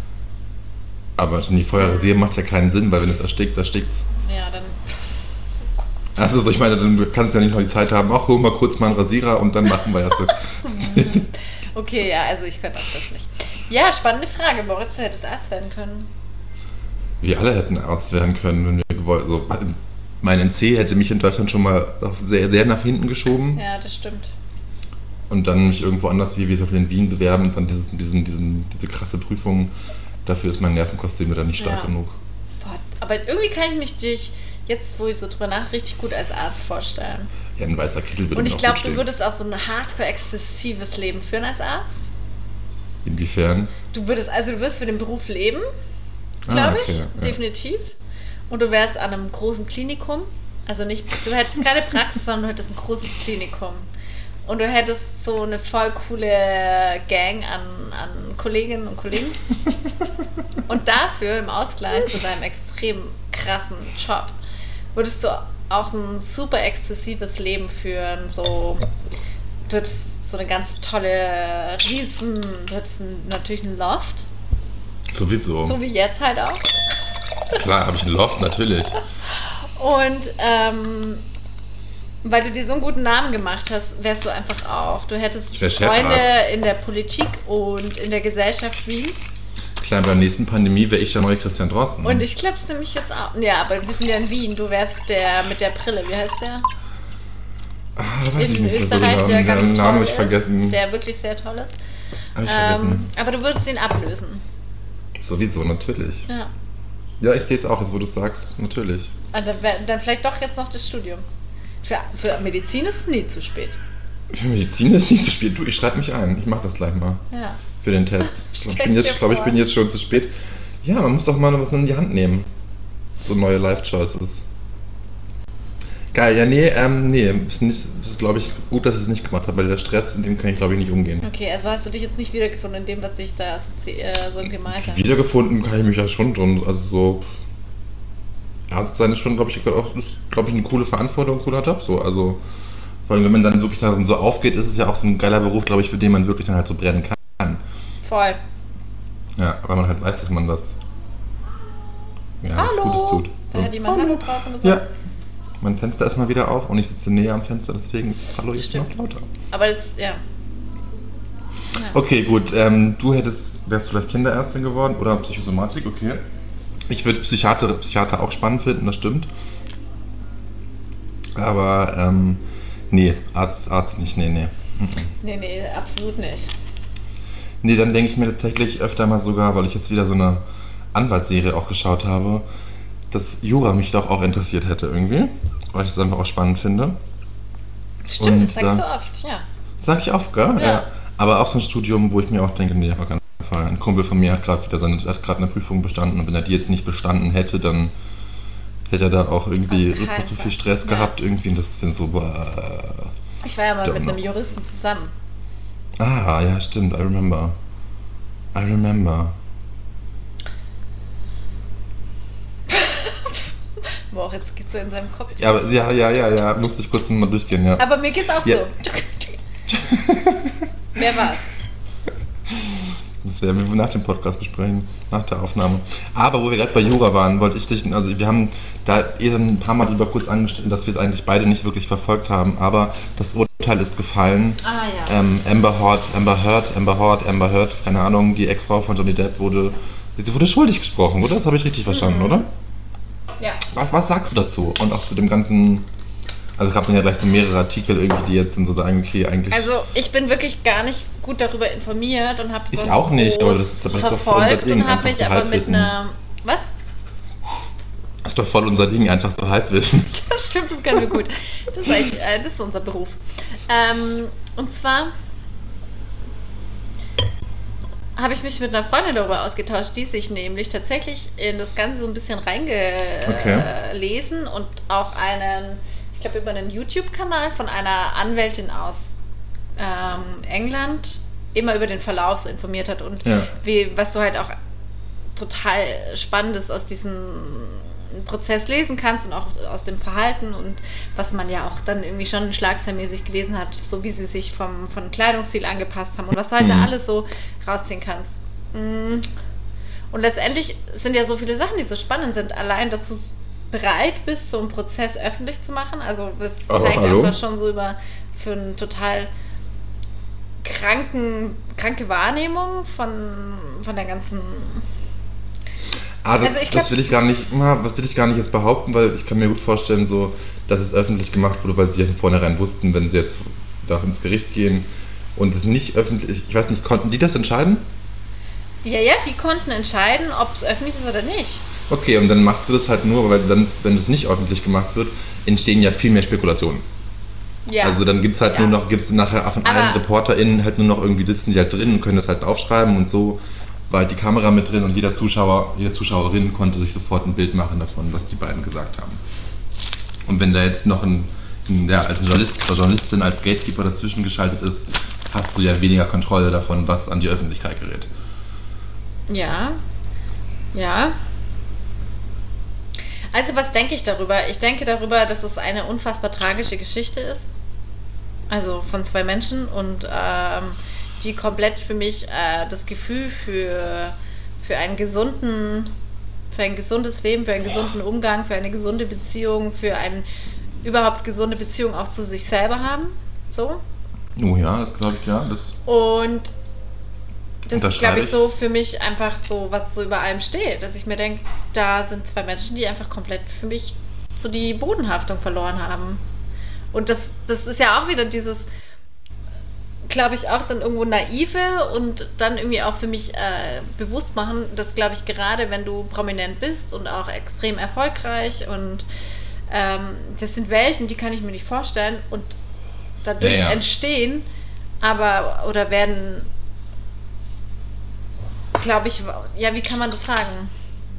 Aber nie vorher rasieren macht ja keinen Sinn, weil wenn es erstickt, erstickt's. Ja, dann. Also so, ich meine, dann kannst du ja nicht noch die Zeit haben, ach, hol mal kurz mal einen Rasierer und dann machen wir das. Okay, ja, also ich könnte auch das nicht. Ja, spannende Frage. Moritz, du hättest Arzt werden können. Wir alle hätten Arzt werden können, wenn wir gewollt. Also, mein N C hätte mich in Deutschland schon mal sehr, sehr nach hinten geschoben Ja, das stimmt. und dann mich irgendwo anders, wie wir zum Beispiel in Wien, bewerben und dann dieses, diesen, diesen, diese krasse Prüfung. Dafür ist mein Nervenkostüm wieder nicht stark Ja. genug. Boah, aber irgendwie kann ich mich dich, jetzt wo ich so drüber nach, richtig gut als Arzt vorstellen. Ja, ein weißer Kittel würde Und mir ich auch glaube, gut du stehen. würdest auch so ein hardcore-exzessives Leben führen als Arzt. Inwiefern? Du würdest, also du wirst für den Beruf leben, Ah, glaube okay, ich, ja. definitiv. Und du wärst an einem großen Klinikum. Also nicht, du hättest keine Praxis, sondern du hättest ein großes Klinikum. Und du hättest so eine voll coole Gang an, an Kolleginnen und Kollegen. Und dafür, im Ausgleich zu deinem extrem krassen Job, würdest du auch ein super exzessives Leben führen. So, du hättest so eine ganz tolle Riesen, du hättest ein, natürlich einen Loft. Sowieso. So wie jetzt halt auch. Klar, habe ich einen Loft, natürlich. Und ähm, weil du dir so einen guten Namen gemacht hast, wärst du einfach auch. Du hättest Ich wär Freunde Chefarzt. in der Politik und in der Gesellschaft Wiens. Klar, bei der nächsten Pandemie wäre ich der neue Christian Drosten. Und ich glaube es nämlich jetzt auch. Ja, aber wir sind ja in Wien. Du wärst der mit der Brille. Wie heißt der? Ah, da weiß ich In nicht mehr so Österreich, genau. der Den ganz Namen toll habe ich ist. vergessen. Der wirklich sehr toll ist. Hab ich Ähm, vergessen. aber du würdest ihn ablösen. Sowieso, natürlich. Ja. Ja, ich sehe es auch, jetzt wo du es sagst, natürlich. Und dann, wär, dann vielleicht doch jetzt noch das Studium. Für, für Medizin ist es nie zu spät. Für Medizin ist nicht zu spät. Du, ich schreibe mich ein. Ich mache das gleich mal. Ja. Für den Test. Stell Ich bin dir jetzt, glaube ich, vor. bin jetzt schon zu spät. Ja, man muss doch mal was in die Hand nehmen. So neue Life-Choices. Geil, ja, nee, ähm, nee, ist, nicht, ist glaube ich, gut, dass ich es nicht gemacht habe, weil der Stress, in dem kann ich, glaube ich, nicht umgehen. Okay, also hast du dich jetzt nicht wiedergefunden in dem, was ich da assozi- äh, so gemalt habe. Wiedergefunden kann ich mich ja schon drin, also so, Arzt sein ist schon, glaube ich, auch, ist, glaube ich, eine coole Verantwortung, ein cooler Job, so, also, vor allem, wenn man dann wirklich darin so aufgeht, ist es ja auch so ein geiler Beruf, glaube ich, für den man wirklich dann halt so brennen kann. Voll. Ja, weil man halt weiß, dass man das, ja, was Hallo. Gutes tut. Da So. hat jemand Hallo draußen gesagt. Ja, Mein Fenster ist mal wieder auf und ich sitze näher am Fenster, deswegen ist das Hallo jetzt Stimmt. noch lauter. Aber das, ja. ja. Okay, gut. Ähm, du hättest, wärst vielleicht Kinderärztin geworden oder Psychosomatik, okay. Ich würde Psychiater, Psychiater auch spannend finden, das stimmt. Aber, ähm, nee, Arzt, Arzt nicht, nee, nee. Mhm. Nee, nee, absolut nicht. Nee, dann denke ich mir tatsächlich öfter mal sogar, weil ich jetzt wieder so eine Anwaltsserie auch geschaut habe, dass Jura mich doch auch interessiert hätte irgendwie, weil ich es einfach auch spannend finde. Stimmt, Und, das sagst äh, du oft, ja. Sag ich oft, gell? Ja. Ja. Aber auch so ein Studium, wo ich mir auch denke, nee, auf keinen Fall. Ein Kumpel von mir hat gerade wieder seine, hat gerade eine Prüfung bestanden und wenn er die jetzt nicht bestanden hätte, dann hätte er da auch irgendwie Auf keinen so viel Fall. Stress Ja. gehabt irgendwie und das finde ich so, boah. Ich war ja mal Doch mit noch. einem Juristen zusammen. Ah, ja, stimmt, I remember. I remember. Boah, jetzt geht's so in seinem Kopf. Ja, aber, ja, ja, ja, ja, musste ich kurz mal durchgehen, ja. Aber mir geht's auch Ja. so. Wer war's? Das werden wir nach dem Podcast besprechen, nach der Aufnahme. Aber wo wir gerade bei Jura waren, wollte ich dich, also wir haben da eh ein paar Mal drüber kurz angestellt, dass wir es eigentlich beide nicht wirklich verfolgt haben, aber das Urteil ist gefallen. Ah ja. Ähm, Amber Heard, Amber Heard, Amber Heard, Amber Heard, keine Ahnung, die Ex-Frau von Johnny Depp wurde, sie wurde schuldig gesprochen, oder? Das habe ich richtig verstanden, Mhm. oder? Ja. Was, was sagst du dazu? Und auch zu dem ganzen, also es gab dann ja gleich so mehrere Artikel irgendwie, die jetzt dann so sagen, okay, eigentlich... Also ich bin wirklich gar nicht gut darüber informiert und habe so Ich auch nicht, aber das ist- das ist doch voll unser verfolgt Ding, und habe einfach mich so aber mit Halbwissen. einer... Was? Das ist doch voll unser Ding, einfach so Halbwissen. Ja, stimmt, das können wir gut. Das ist, eigentlich, äh, das ist unser Beruf. Ähm, und zwar habe ich mich mit einer Freundin darüber ausgetauscht, die sich nämlich tatsächlich in das Ganze so ein bisschen reingelesen und auch einen, ich glaube über einen YouTube-Kanal von einer Anwältin aus ähm, England immer über den Verlauf so informiert hat und Ja. wie, was du halt auch total Spannendes aus diesem Prozess lesen kannst und auch aus dem Verhalten und was man ja auch dann irgendwie schon schlagzeilenmäßig gelesen hat, so wie sie sich vom, vom Kleidungsstil angepasst haben und was du halt Mhm. da alles so rausziehen kannst. Mm. Und letztendlich sind ja so viele Sachen, die so spannend sind. Allein, dass du bereit bist, so einen Prozess öffentlich zu machen. Also das Aber zeigt hallo? einfach schon so über für einen total kranken, kranke Wahrnehmung von, von der ganzen... Ah, das, Also ich das glaub- will ich gar nicht, na, das will ich gar nicht jetzt behaupten, weil ich kann mir gut vorstellen, so, dass es öffentlich gemacht wurde, weil sie ja von vornherein wussten, wenn sie jetzt da ins Gericht gehen und es nicht öffentlich, ich weiß nicht, konnten die das entscheiden? Ja, ja, die konnten entscheiden, ob es öffentlich ist oder nicht. Okay, und dann machst du das halt nur, weil dann, wenn es nicht öffentlich gemacht wird, entstehen ja viel mehr Spekulationen. Ja. Also dann gibt es halt Ja. nur noch, gibt es nachher von allen Aber- ReporterInnen halt nur noch irgendwie sitzen die halt drin und können das halt aufschreiben und so war halt die Kamera mit drin und jeder Zuschauer, jede Zuschauerin konnte sich sofort ein Bild machen davon, was die beiden gesagt haben. Und wenn da jetzt noch ein, ein ja, als Journalist oder Journalistin als Gatekeeper dazwischen geschaltet ist, hast du ja weniger Kontrolle davon, was an die Öffentlichkeit gerät. Ja, ja. Also was denke ich darüber? Ich denke darüber, dass es eine unfassbar tragische Geschichte ist. Also von zwei Menschen und ähm, die komplett für mich äh, das Gefühl für, für einen gesunden, für ein gesundes Leben, für einen gesunden Umgang, für eine gesunde Beziehung, für eine überhaupt gesunde Beziehung auch zu sich selber haben. So. Oh ja, das glaube ich, ja. Das Und das ist, Unterschreibe glaube ich, ich. so für mich einfach so, was so über allem steht. Dass ich mir denke, da sind zwei Menschen, die einfach komplett für mich so die Bodenhaftung verloren haben. Und das, das ist ja auch wieder dieses, glaube ich, auch dann irgendwo naive und dann irgendwie auch für mich äh, bewusst machen, dass, glaube ich, gerade wenn du prominent bist und auch extrem erfolgreich und ähm, das sind Welten, die kann ich mir nicht vorstellen und dadurch Ja, ja. entstehen, aber oder werden, glaube ich, ja, wie kann man das sagen?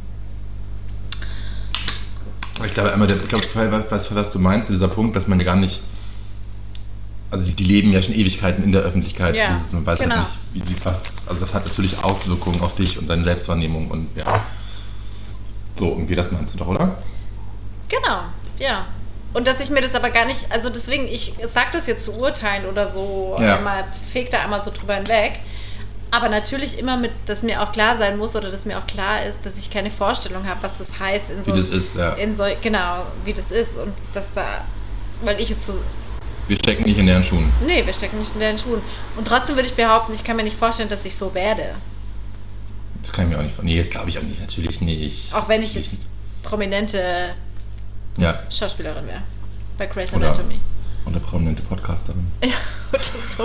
Ich glaube, einmal, der, ich glaube, was, was, was du meinst, dieser Punkt, dass man ja gar nicht, also die, die leben ja schon Ewigkeiten in der Öffentlichkeit. Ja, Dieses, man weiß genau. halt nicht, wie, wie fast, also das hat natürlich Auswirkungen auf dich und deine Selbstwahrnehmung und ja. So, irgendwie das meinst du doch, oder? Genau, ja. Und dass ich mir das aber gar nicht, also deswegen, ich sag das jetzt zu urteilen oder so, Ja. einmal feg da einmal so drüber hinweg. Aber natürlich immer mit, dass mir auch klar sein muss oder dass mir auch klar ist, dass ich keine Vorstellung habe, was das heißt. In so, wie das ist, ja. In so, genau, wie das ist und dass da, weil ich jetzt so... Wir stecken nicht in deren Schuhen. Nee, wir stecken nicht in deren Schuhen. Und trotzdem würde ich behaupten, ich kann mir nicht vorstellen, dass ich so werde. Das kann ich mir auch nicht vorstellen. Nee, das glaube ich auch nicht, natürlich nicht. Auch wenn ich jetzt prominente ja. Schauspielerin wäre. Bei Grey's Oder, Anatomy. oder prominente Podcasterin. Ja, oder so.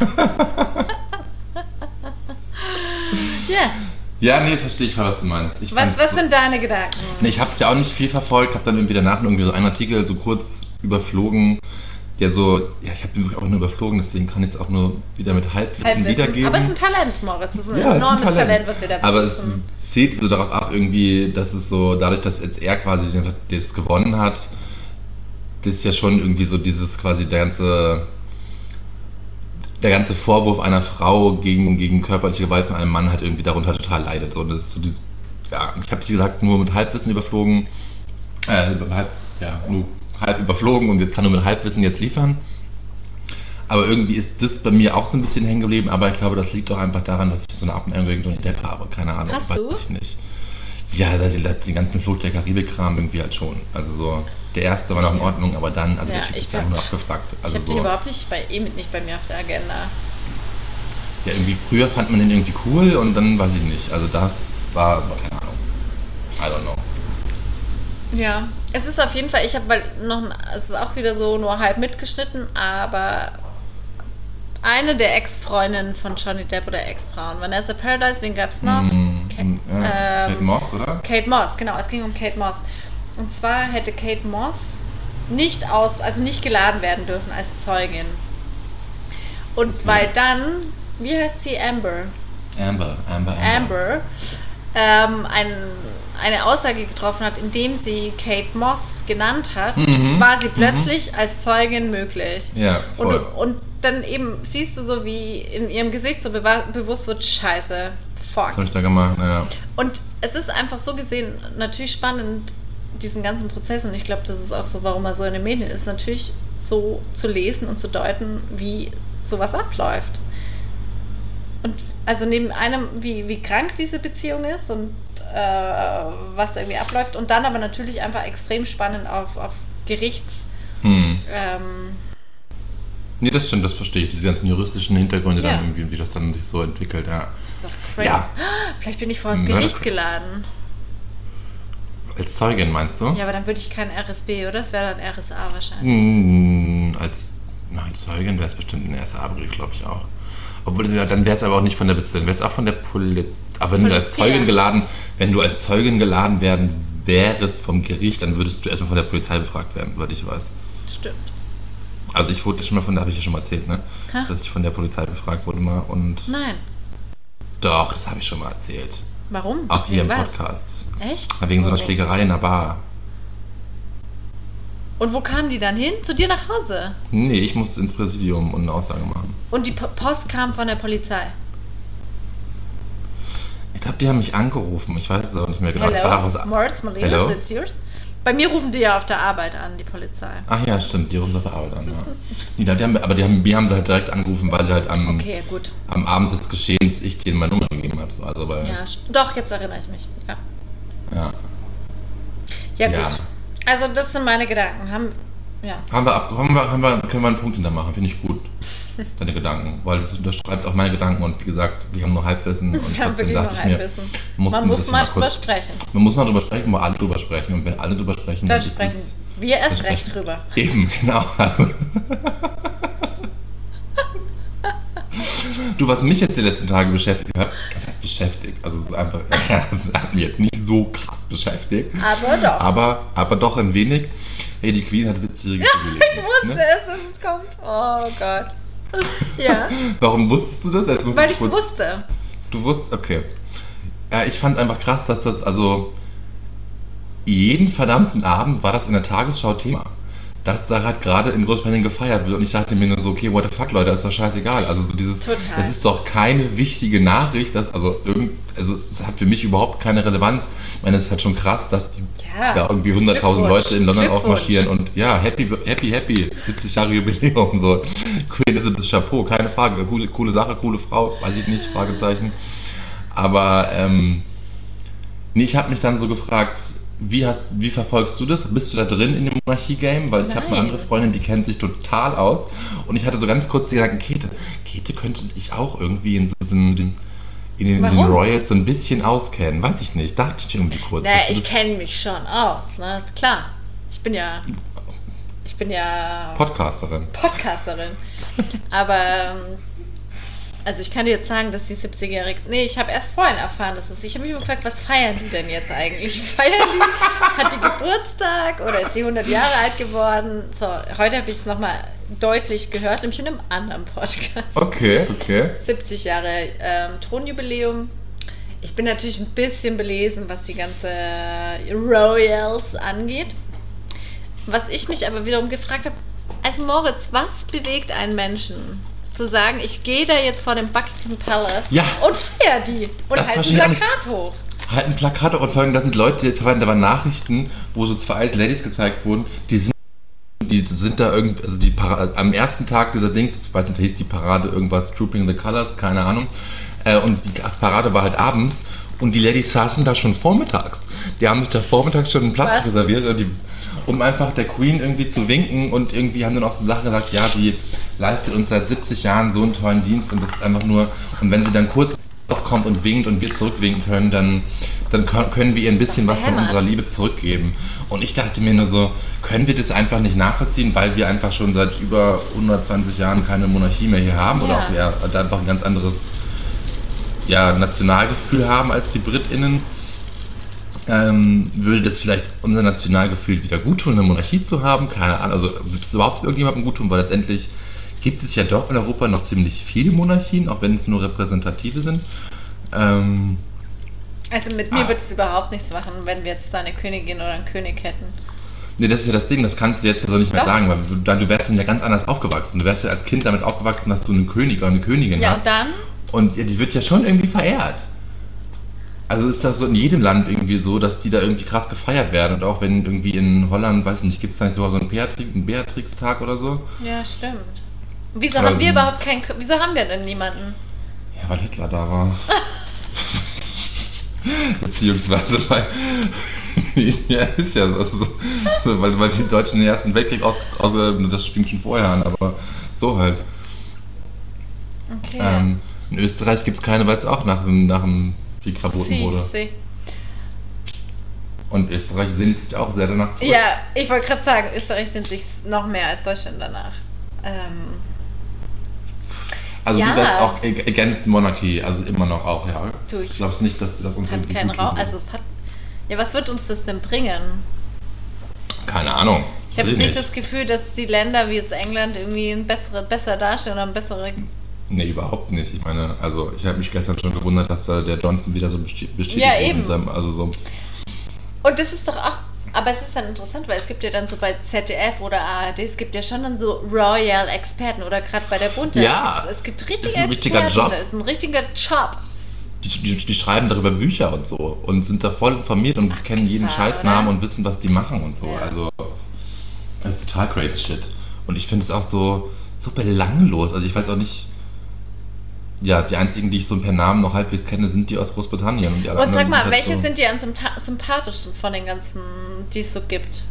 Ja. Ja, nee, verstehe ich, was du meinst. Ich was was so, sind deine Gedanken? Nee, ich habe es ja auch nicht viel verfolgt, habe dann irgendwie danach irgendwie so einen Artikel so kurz überflogen, der so, ja, ich habe den wirklich auch nur überflogen, deswegen kann ich es auch nur wieder mit Halbwissen, Halbwissen wiedergeben. Aber es ist ein Talent, Moritz, es ist ein ja, enormes ist ein Talent. Talent, was wir da Aber besitzen. es zielt so darauf ab irgendwie, dass es so, dadurch, dass jetzt er quasi den, das gewonnen hat, das ist ja schon irgendwie so dieses quasi der ganze... der ganze Vorwurf einer Frau gegen, gegen körperliche Gewalt von einem Mann halt irgendwie darunter total leidet. Und das ist so dieses, ja, ich habe wie gesagt nur mit Halbwissen überflogen, äh, halb, ja, nur halb überflogen und jetzt kann nur mit Halbwissen jetzt liefern. Aber irgendwie ist das bei mir auch so ein bisschen hängen geblieben, aber ich glaube, das liegt doch einfach daran, dass ich so eine Abneigung gegen Johnny Depp habe. Keine Ahnung, Hast weiß du? ich nicht. Ja, den, den ganzen Flucht der Karibik-Kram irgendwie halt schon. Also so, der erste war noch in Ordnung, aber dann, also Ja, der Typ ich ist ja hab- nur abgefragt. Also ich habe so. den überhaupt nicht bei, eh mit nicht bei mir auf der Agenda. Ja, irgendwie früher fand man den irgendwie cool und dann weiß ich nicht. Also das war, das war keine Ahnung. I don't know. Ja, es ist auf jeden Fall, ich habe weil noch, ein- es ist auch wieder so nur halb mitgeschnitten, aber eine der Ex-Freundinnen von Johnny Depp oder Ex-Frauen, Vanessa Paradise, wen gab's noch? Mm, Ka- ja, ähm, Kate Moss, oder? Kate Moss, genau, es ging um Kate Moss. Und zwar hätte Kate Moss nicht aus, also nicht geladen werden dürfen als Zeugin. Und Okay. weil dann, wie heißt sie, Amber? Amber, Amber, Amber. Amber ähm, ein, eine Aussage getroffen hat, indem sie Kate Moss genannt hat, Mhm. war sie plötzlich als Zeugin möglich. Ja, Und, voll. und dann eben siehst du so, wie in ihrem Gesicht so bewa- bewusst wird, scheiße, fuck. Was habe ich da gemacht? Naja. Und es ist einfach so gesehen natürlich spannend, diesen ganzen Prozess, und ich glaube, das ist auch so, warum er so in den Medien ist, natürlich so zu lesen und zu deuten, wie sowas abläuft. Und also neben einem, wie, wie krank diese Beziehung ist und äh, was da irgendwie abläuft, und dann aber natürlich einfach extrem spannend auf, auf Gerichts... Hm. Ähm, Nee, das stimmt, das verstehe ich. Diese ganzen juristischen Hintergründe Ja. dann irgendwie, wie das dann sich so entwickelt, ja. das ist doch crazy. Ja. Vielleicht bin ich vor das Mörder Gericht crazy. geladen. Als Zeugin meinst du? Ja, aber dann würde ich kein R S B, oder? Das wäre dann R S A wahrscheinlich. Hm, als, na, als Zeugin wäre es bestimmt ein R S A-Brief, glaube ich auch. Obwohl, ja, dann wäre es aber auch nicht von der Beziehung, wäre es auch von der Polizei. Aber wenn du als Polizei. Zeugin geladen, wenn du als Zeugin geladen werden wärst vom Gericht, dann würdest du erstmal von der Polizei befragt werden, soweit ich weiß. Stimmt. Also ich wurde schon mal von, da habe ich ja schon mal erzählt, ne? Ha? Dass ich von der Polizei befragt wurde mal und Nein. doch, das habe ich schon mal erzählt. Warum? Auch hier im Wegen was? Podcast. Echt? Na, wegen so einer Oh. Schlägerei in einer Bar. Und wo kamen die dann hin? Zu dir nach Hause? Nee, ich musste ins Präsidium und eine Aussage machen. Und die Po- Post kam von der Polizei. Ich glaube, die haben mich angerufen. Ich weiß es auch nicht mehr genau. Das war Hello, aus- Moritz Molinos, Hello? it's yours. Bei mir rufen die ja auf der Arbeit an, die Polizei. Ach ja, stimmt, die rufen auf der Arbeit an, ja. Nee, die haben, aber die haben, mir haben sie halt direkt angerufen, weil sie halt am, Okay, gut. am Abend des Geschehens ich denen meine Nummer gegeben habe. So. Also, weil, Ja, st- doch, jetzt erinnere ich mich. Ja, ja. ja, Ja. gut. Also das sind meine Gedanken. Haben, ja. Haben wir ab, haben wir, haben wir, können wir einen Punkt hintermachen, finde ich gut. Deine Gedanken, weil das unterschreibt auch meine Gedanken und wie gesagt, wir haben nur Halbwissen und Wir haben trotzdem wirklich nur dachte ich mir, Halbwissen. mussten Man wir muss das mal mal drüber kurz- sprechen. Man muss mal drüber sprechen, mal alle drüber sprechen und wenn alle drüber sprechen, Dann ist sprechen es- wir erst dann recht sprechen- drüber. Eben, genau. Du, was mich jetzt die letzten Tage beschäftigt hat, das heißt beschäftigt, also es ist einfach, das hat mich jetzt nicht so krass beschäftigt, Aber doch. aber, aber doch ein wenig. Hey, die Queen hatte siebzigjähriges Jubiläum. Ich wusste ne? es, dass es kommt. Oh Gott. Ja, Warum wusstest du das? Jetzt muss weil ich es kurz- wusste. Du wusstest, okay. Ja, ich fand einfach krass, dass das, also jeden verdammten Abend war das in der Tagesschau Thema. dass da halt gerade in Großbritannien gefeiert wird. Und ich dachte mir nur so, okay, what the fuck, Leute, ist doch scheißegal. Also so dieses, Total. das ist doch keine wichtige Nachricht, dass, also irgend, also es hat für mich überhaupt keine Relevanz. Ich meine, es ist halt schon krass, dass die, Ja. da irgendwie hunderttausend Glückwunsch. Leute in London Glückwunsch. aufmarschieren und ja, happy, happy, happy, siebzig Jahre Jubiläum, so. Queen Elizabeth Chapeau, keine Frage, coole, coole Sache, coole Frau, weiß ich nicht, Fragezeichen. Aber, ähm, nee, ich habe mich dann so gefragt, Wie, hast, wie verfolgst du das? Bist du da drin in dem Monarchie-Game? Weil ich habe eine Nein. andere Freundin, die kennt sich total aus. Und ich hatte so ganz kurz die Gedanken, Käthe, Käthe könnte sich auch irgendwie in, diesen, in, in, den, in den Warum? Royals so ein bisschen auskennen. Weiß ich nicht. Dachte ich irgendwie kurz. Naja, dass du ich das- kenne mich schon aus, ne? Ist klar. Ich bin ja. Ich bin ja Podcasterin. Podcasterin. Aber ähm, also ich kann dir jetzt sagen, dass die siebzigjährige. Nee, ich habe erst vorhin erfahren, dass es. Ich habe mich immer gefragt, was feiern die denn jetzt eigentlich? Feiern die? Hat die Geburtstag oder ist sie hundert Jahre alt geworden? So, heute habe ich es nochmal deutlich gehört, nämlich in einem anderen Podcast. Okay, okay. siebzig Jahre ähm, Thronjubiläum. Ich bin natürlich ein bisschen belesen, was die ganze Royals angeht. Was ich mich aber wiederum gefragt habe, also Moritz, was bewegt einen Menschen zu sagen, ich gehe da jetzt vor dem Buckingham Palace Ja. und feier die und Das halt ein verstehe ich auch nicht. Plakat hoch. Halt ein Plakat und vor allem, da sind Leute, da waren, da waren Nachrichten, wo so zwei alte Ladies gezeigt wurden, die sind, die sind da irgendwie, also die Parade, am ersten Tag dieser Ding, das weiß nicht, da hieß die Parade irgendwas, Trooping the Colors, keine Ahnung, äh, und die Parade war halt abends und die Ladies saßen da schon vormittags. Die haben sich da vormittags schon einen Platz Was? reserviert, und die, um einfach der Queen irgendwie zu winken, und irgendwie haben dann auch so Sachen gesagt, ja, die leistet uns seit siebzig Jahren so einen tollen Dienst und das ist einfach nur, und wenn sie dann kurz rauskommt und winkt und wir zurückwinken können, dann, dann können können wir ihr ein bisschen was von behämmert. unserer Liebe zurückgeben. Und ich dachte mir nur so, können wir das einfach nicht nachvollziehen, weil wir einfach schon seit über hundertzwanzig Jahren keine Monarchie mehr hier haben, oder Ja. auch ja, da einfach ein ganz anderes ja, Nationalgefühl haben als die BritInnen. Ähm, würde das vielleicht unser Nationalgefühl wieder gut tun, eine Monarchie zu haben? Keine Ahnung, also würde es überhaupt irgendjemandem gut tun, weil letztendlich gibt es ja doch in Europa noch ziemlich viele Monarchien, auch wenn es nur repräsentative sind. Ähm, Also mit Ah. mir würde es überhaupt nichts machen, wenn wir jetzt da eine Königin oder einen König hätten. nee, das ist ja das Ding, das kannst du jetzt ja so nicht mehr Doch. sagen, weil du, dann, du wärst dann ja ganz anders aufgewachsen. Du wärst ja als Kind damit aufgewachsen, dass du einen König oder eine Königin Ja, hast. und dann? Und ja, die wird ja schon irgendwie verehrt. Also ist das so in jedem Land irgendwie so, dass die da irgendwie krass gefeiert werden. Und auch wenn irgendwie in Holland, weiß ich nicht, gibt es da nicht sogar so einen Beatrix- einen Beatrix-Tag oder so? Ja, stimmt. Und wieso Aber, haben wir ähm, überhaupt keinen Kö- Wieso haben wir denn niemanden? Ja, weil Hitler da war. Beziehungsweise weil. Ja, ist ja so. Also so, so weil, weil die Deutschen den Ersten Weltkrieg aus, aus. Das fing schon vorher an, aber so halt. Okay. Ähm, in Österreich gibt es keine, weil es auch nach, dem- nach dem Krieg verboten Sie, wurde. sie. Und Österreich sehnt sich auch sehr danach zurück. Ja, ich wollte gerade sagen, Österreich sind sich noch mehr als Deutschland danach. Ähm, Also Ja. du wärst auch ag- against Monarchy, also immer noch auch, ja. Du, ich- Ich glaube nicht, dass das uns es hat irgendwie keinen gut tun Raum. würde. Also es hat. Ja, was wird uns das denn bringen? Keine Ahnung. Ich habe Weiß jetzt nicht das Gefühl, dass die Länder wie jetzt England irgendwie ein bessere, besser dastehen oder ein bessere. Nee, überhaupt nicht. Ich meine, also ich habe mich gestern schon gewundert, dass da der Johnson wieder so besti- bestätigt Ja, wurde eben. mit seinem, also so. Und das ist doch auch. Aber es ist dann interessant, weil es gibt ja dann so bei Z D F oder A R D, es gibt ja schon dann so Royal-Experten oder gerade bei der Bunte. Ja, es, es gibt richtige ist ein richtiger Experten, Job. Das ist ein richtiger Job. Die, die, die schreiben darüber Bücher und so und sind da voll informiert und Ach, kennen jeden klar, Scheißnamen oder? und wissen, was die machen und so. Ja. Also das ist total crazy shit. Und ich finde es auch so, so belanglos. Also ich weiß auch nicht. Ja, die einzigen, die ich so per Namen noch halbwegs kenne, sind die aus Großbritannien. Und, die alle Und sag anderen mal, sind halt welche so, sind dir am sympa- sympathischsten von den ganzen, die es so gibt?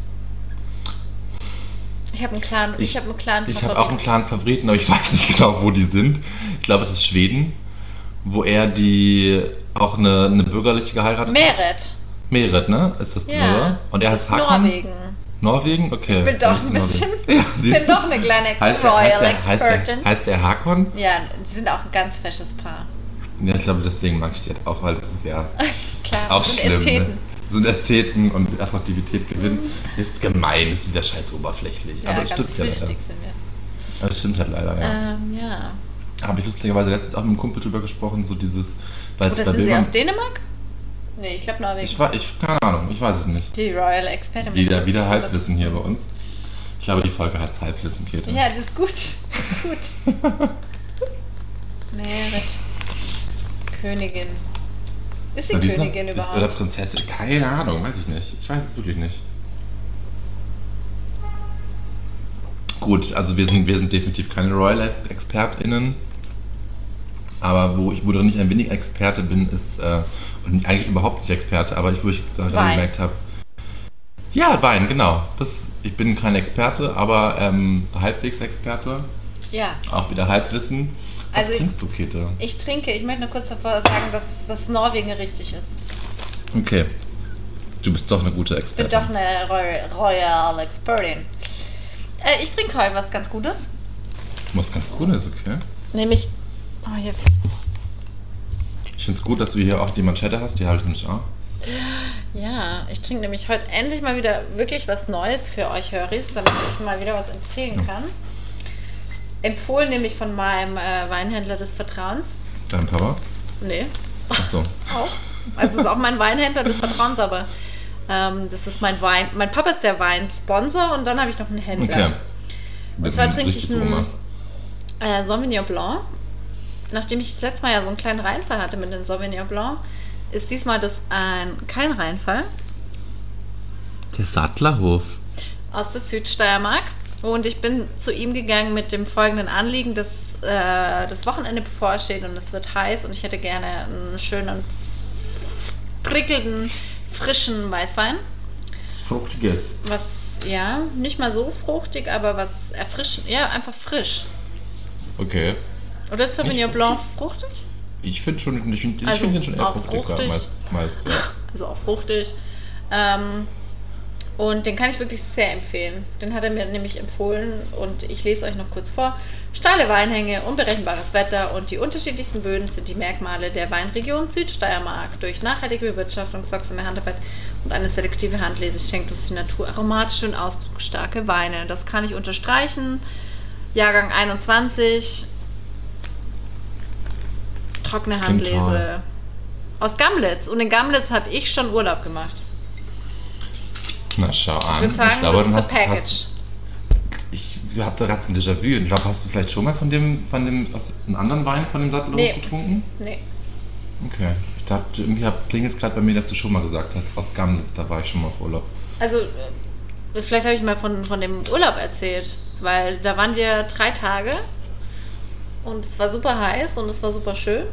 Ich habe einen klaren, ich, Ich- habe einen klaren Ich habe Favoriten. auch einen klaren Favoriten, aber ich weiß nicht genau, wo die sind. Ich glaube, es ist Schweden, wo er die auch eine, eine bürgerliche geheiratet hat. Meret. Meret, ne? Ist das Ja. oder? Und er das heißt ist Hakan. Norwegen. Norwegen? Okay. Ich bin doch Dann ein ist es bisschen, Norwegen. Ja, ich siehst bin du? doch eine kleine Heißt er, heißt, er, heißt, Royal-Expertin. er, heißt er Hakon? Ja, die sind auch ein ganz fesches Paar. Ja, ich glaube, deswegen mag ich die halt auch, weil das ist ja Klar, ist auch sind schlimm. Ästheten. Ne? Sind Ästheten und Attraktivität gewinnen. Ist gemein, ist wieder scheiß oberflächlich. Ja, aber es ganz stimmt ja leider. flüchtig sind wir. Aber es stimmt halt leider, ja. Ähm, ja. Habe ich lustigerweise letztens auch mit einem Kumpel drüber gesprochen, so dieses, weil es Oder bei sind sie Bildern- aus Dänemark? Nee, ich glaube Norwegen. Ich war, ich, keine Ahnung, ich weiß es nicht. die Royal Expertin. Wieder, Das wieder ist- Halbwissen hier bei uns. Ich glaube, die Folge heißt Halbwissen, Käthe. Ja, das ist gut. gut. Merit. Königin. Ist sie Na, die ist Königin noch, überhaupt? Ist, oder Prinzessin? Keine Ahnung, weiß ich nicht. Ich weiß es wirklich nicht. Gut, also wir sind, wir sind definitiv keine Royal-ExpertInnen. Aber wo ich, wo drin ich ein wenig Experte bin, ist, äh, und eigentlich überhaupt nicht Experte, aber ich, wo ich gerade gemerkt habe, ja, Wein, genau. Das, ich bin kein Experte, aber ähm, halbwegs Experte. Ja. Auch wieder Halbwissen. Was Also trinkst du, Käthe? Ich trinke, ich möchte nur kurz davor sagen, dass das Norwegen richtig ist. Okay. Du bist doch eine gute Ich bin Expertin. doch eine Royal, Royal Expertin. Äh, ich trinke heute was ganz Gutes. Was ganz gut ist, okay. Nämlich. Oh, hier. Ich finde es gut, dass du hier auch die Manschette hast, die halte ich auch. Ja, ich trinke nämlich heute endlich mal wieder wirklich was Neues für euch Höris, damit ich euch mal wieder was empfehlen Ja. kann. Empfohlen nämlich von meinem äh, Weinhändler des Vertrauens. Dein Papa? Nee, Achso. auch. Also es ist auch mein Weinhändler des Vertrauens, aber ähm, das ist mein Wein. Mein Papa ist der Weinsponsor und dann habe ich noch einen Händler. Okay. Und zwar trinke ich einen äh, Sauvignon Blanc. Nachdem ich das letzte Mal ja so einen kleinen Reinfall hatte mit dem Sauvignon Blanc, ist diesmal das ein, kein Reinfall Der Sattlerhof. aus der Südsteiermark. Und ich bin zu ihm gegangen mit dem folgenden Anliegen, dass äh, das Wochenende bevorsteht und es wird heiß und ich hätte gerne einen schönen, prickelnden, frischen Weißwein. Fruchtiges. Was, ja, nicht mal so fruchtig, aber was erfrischend, ja, einfach frisch. Okay. Oder ist Sauvignon Nicht Blanc fruchtig? Ich finde schon, ich finde ich Also find den schon eher auch fruchtig, fruchtig. meist, meist ja. Also auch fruchtig. Ähm, und den kann ich wirklich sehr empfehlen. Den hat er mir nämlich empfohlen und ich lese euch noch kurz vor. Steile Weinhänge, unberechenbares Wetter und die unterschiedlichsten Böden sind die Merkmale der Weinregion Südsteiermark. Durch nachhaltige Bewirtschaftung, sorgsame Handarbeit und eine selektive Handlese schenkt uns die Natur aromatische und ausdrucksstarke Weine. Das kann ich unterstreichen. Jahrgang einundzwanzig. Trockene Das klingt Handlese. toll. Aus Gamlitz. Und in Gamlitz habe ich schon Urlaub gemacht. Na, schau an. Ich würde sagen, glaube, das dann ist hast, a Package. hast ich habe da gerade ein Déjà-vu. Ich glaube, hast du vielleicht schon mal von dem, von dem, aus einem anderen Wein von dem Sattlerhof Nee. getrunken? Nee. Okay. Ich dachte, irgendwie klingelt es gerade bei mir, dass du schon mal gesagt hast, aus Gamlitz, da war ich schon mal auf Urlaub. Also, äh, vielleicht habe ich mal von, von dem Urlaub erzählt. Weil da waren wir drei Tage und es war super heiß und es war super schön.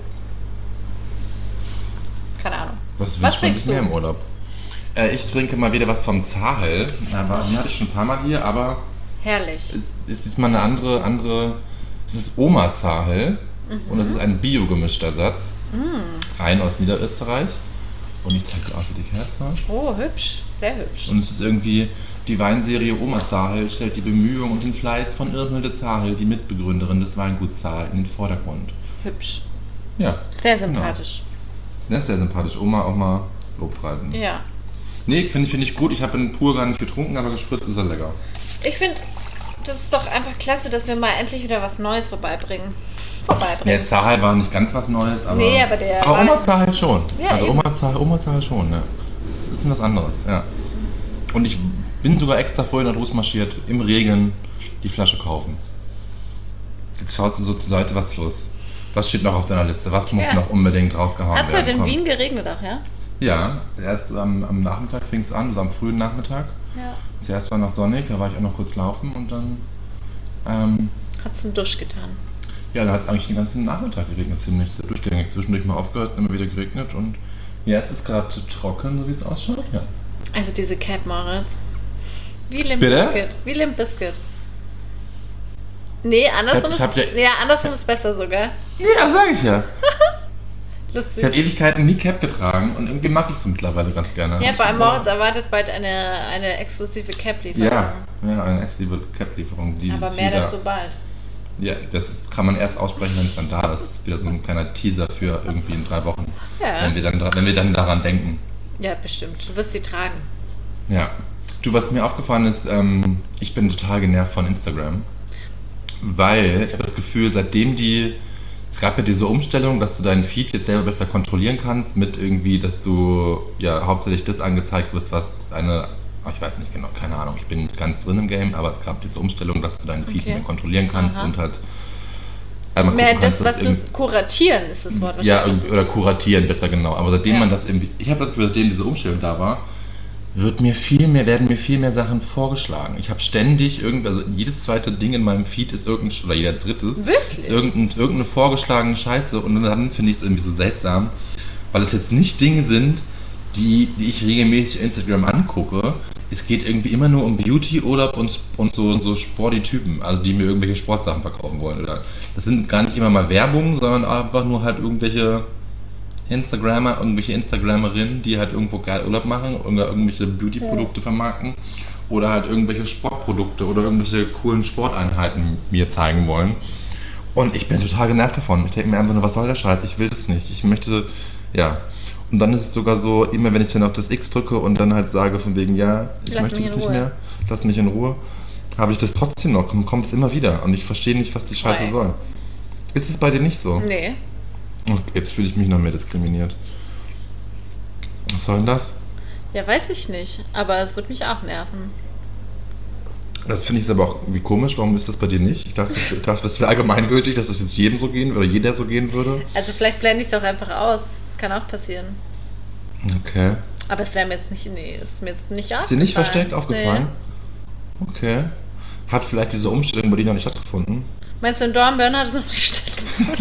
Keine Ahnung. Was Was wünscht man trinkst sich du? mehr im Urlaub? Äh, ich trinke mal wieder was vom Zahel. Aber den hatte ich schon ein paar Mal hier, aber Herrlich. es ist diesmal eine andere, andere. Es ist Oma Zahel und es ist ein biogemischter Satz. Rein aus Niederösterreich. Und ich zeige dir auch so die Kerze. Oh, hübsch. Sehr hübsch. Und es ist irgendwie die Weinserie Oma Zahel stellt die Bemühung und den Fleiß von Irmhilde Zahel, die Mitbegründerin des Weinguts Zahel, in den Vordergrund. Hübsch. Ja, Sehr sympathisch. das ist sehr sympathisch. Oma auch mal Lobpreisen. Ja. Nee, finde ich, find ich gut. Ich habe ihn pur gar nicht getrunken, aber gespritzt ist er lecker. Ich finde, das ist doch einfach klasse, dass wir mal endlich wieder was Neues vorbeibringen. Der Vorbeibringen. Zahel war nicht ganz was Neues, aber. Nee, aber der Aber Wein- Oma Zahel schon. Ja, also eben. Oma Zahel, Oma Zahel schon, ne? Das ist was anderes, ja. Und ich bin sogar extra vorhin da losmarschiert, im Regen, die Flasche kaufen. Jetzt schaust du so zur Seite, was ist los? Was steht noch auf deiner Liste? Was muss Ja. noch unbedingt rausgehauen Hat es werden? heute in Komm. Wien geregnet auch, ja? Ja, erst am, am Nachmittag fing es an, also am frühen Nachmittag. Ja. Zuerst war noch sonnig, da war ich auch noch kurz laufen und dann, ähm, Hat es einen Dusch getan. ja, da hat es eigentlich den ganzen Nachmittag geregnet, ziemlich durchgängig. Zwischendurch mal aufgehört, immer wieder geregnet und jetzt ist gerade trocken, so wie es ausschaut. Ja. Also diese Cap, Moritz. Wie Limp Bitte? Bizkit. Wie Limp Bizkit. Nee, andersrum, Ich ist, hab ja- ja, andersrum ist besser sogar. Ja, sag ich ja. Ich Lustig. habe Ewigkeiten nie Cap getragen und irgendwie mag ich es mittlerweile ganz gerne. Ja, Ich- vor allem Moritz erwartet bald eine, eine exklusive Cap-Lieferung. Ja, ja, eine exklusive Cap-Lieferung. Die, Aber die mehr da, dazu bald. Ja, das ist, kann man erst aussprechen, wenn es dann da ist. Das ist wieder so ein kleiner Teaser für irgendwie in drei Wochen. Ja. Wenn wir dann, dra- wenn wir dann daran denken. Ja, bestimmt. Du wirst sie tragen. Ja. Du, was mir aufgefallen ist, ähm, ich bin total genervt von Instagram. Weil ich habe das Gefühl, seitdem die, es gab ja diese Umstellung, dass du deinen Feed jetzt selber besser kontrollieren kannst, mit irgendwie, dass du ja hauptsächlich das angezeigt wirst, was eine ich weiß nicht genau, keine Ahnung, ich bin nicht ganz drin im Game, aber es gab diese Umstellung, dass du deinen Feed Okay. mehr kontrollieren kannst Aha. und halt einmal Mehr gucken das, kannst, was dass du irgendwie- kuratieren ist das Wort ja, wahrscheinlich. irgendwie- oder kuratieren, besser genau. Aber seitdem Ja. man das irgendwie, ich habe das Gefühl, seitdem diese Umstellung da war, wird mir viel mehr, werden mir viel mehr Sachen vorgeschlagen. Ich habe ständig irgendwie, also jedes zweite Ding in meinem Feed ist irgendein, oder jeder drittes, Wirklich? ist irgendein, irgendeine vorgeschlagene Scheiße und dann finde ich es irgendwie so seltsam, weil es jetzt nicht Dinge sind, die, die ich regelmäßig auf Instagram angucke. Es geht irgendwie immer nur um Beauty, Urlaub und, und so, so sporty Typen, also die mir irgendwelche Sportsachen verkaufen wollen. Oder das sind gar nicht immer mal Werbung, sondern einfach nur halt irgendwelche Instagrammer, irgendwelche Instagrammerinnen, die halt irgendwo geil Urlaub machen oder irgendwelche Beauty-Produkte vermarkten oder halt irgendwelche Sportprodukte oder irgendwelche coolen Sporteinheiten mir zeigen wollen. Und ich bin total genervt davon. Ich denke mir einfach nur, was soll der Scheiß? Ich will das nicht. Ich möchte, ja. Und dann ist es sogar so, immer wenn ich dann auf das X drücke und dann halt sage von wegen, ja, ich Lass möchte mich das in nicht Ruhe. mehr, lass mich in Ruhe, habe ich das trotzdem noch und kommt es immer wieder. Und ich verstehe nicht, was die Scheiße Nein. soll. Ist es bei dir nicht so? Nee. Oh, jetzt fühle ich mich noch mehr diskriminiert. Was soll denn das? Ja, weiß ich nicht. Aber es wird mich auch nerven. Das finde ich jetzt aber auch irgendwie komisch. Warum ist das bei dir nicht? Ich dachte, ich dachte, das wäre allgemeingültig, dass das jetzt jedem so gehen oder jeder so gehen würde. Also vielleicht blende ich es auch einfach aus. Kann auch passieren. Okay. Aber es wäre mir jetzt nicht, nee, ist mir jetzt nicht aufgefallen. Ist dir nicht versteckt aufgefallen? Okay. Hat vielleicht diese Umstellung bei dir noch nicht stattgefunden? Meinst du, in Dornbirn hat es noch nicht stattgefunden?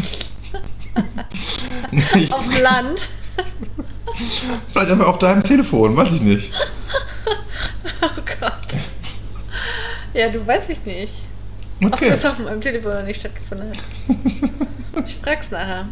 Auf dem Land? Vielleicht einfach auf deinem Telefon, weiß ich nicht. Oh Gott. Ja, du weiß ich nicht. Ob Okay. das auf meinem Telefon noch nicht stattgefunden hat. Ich frag's nachher.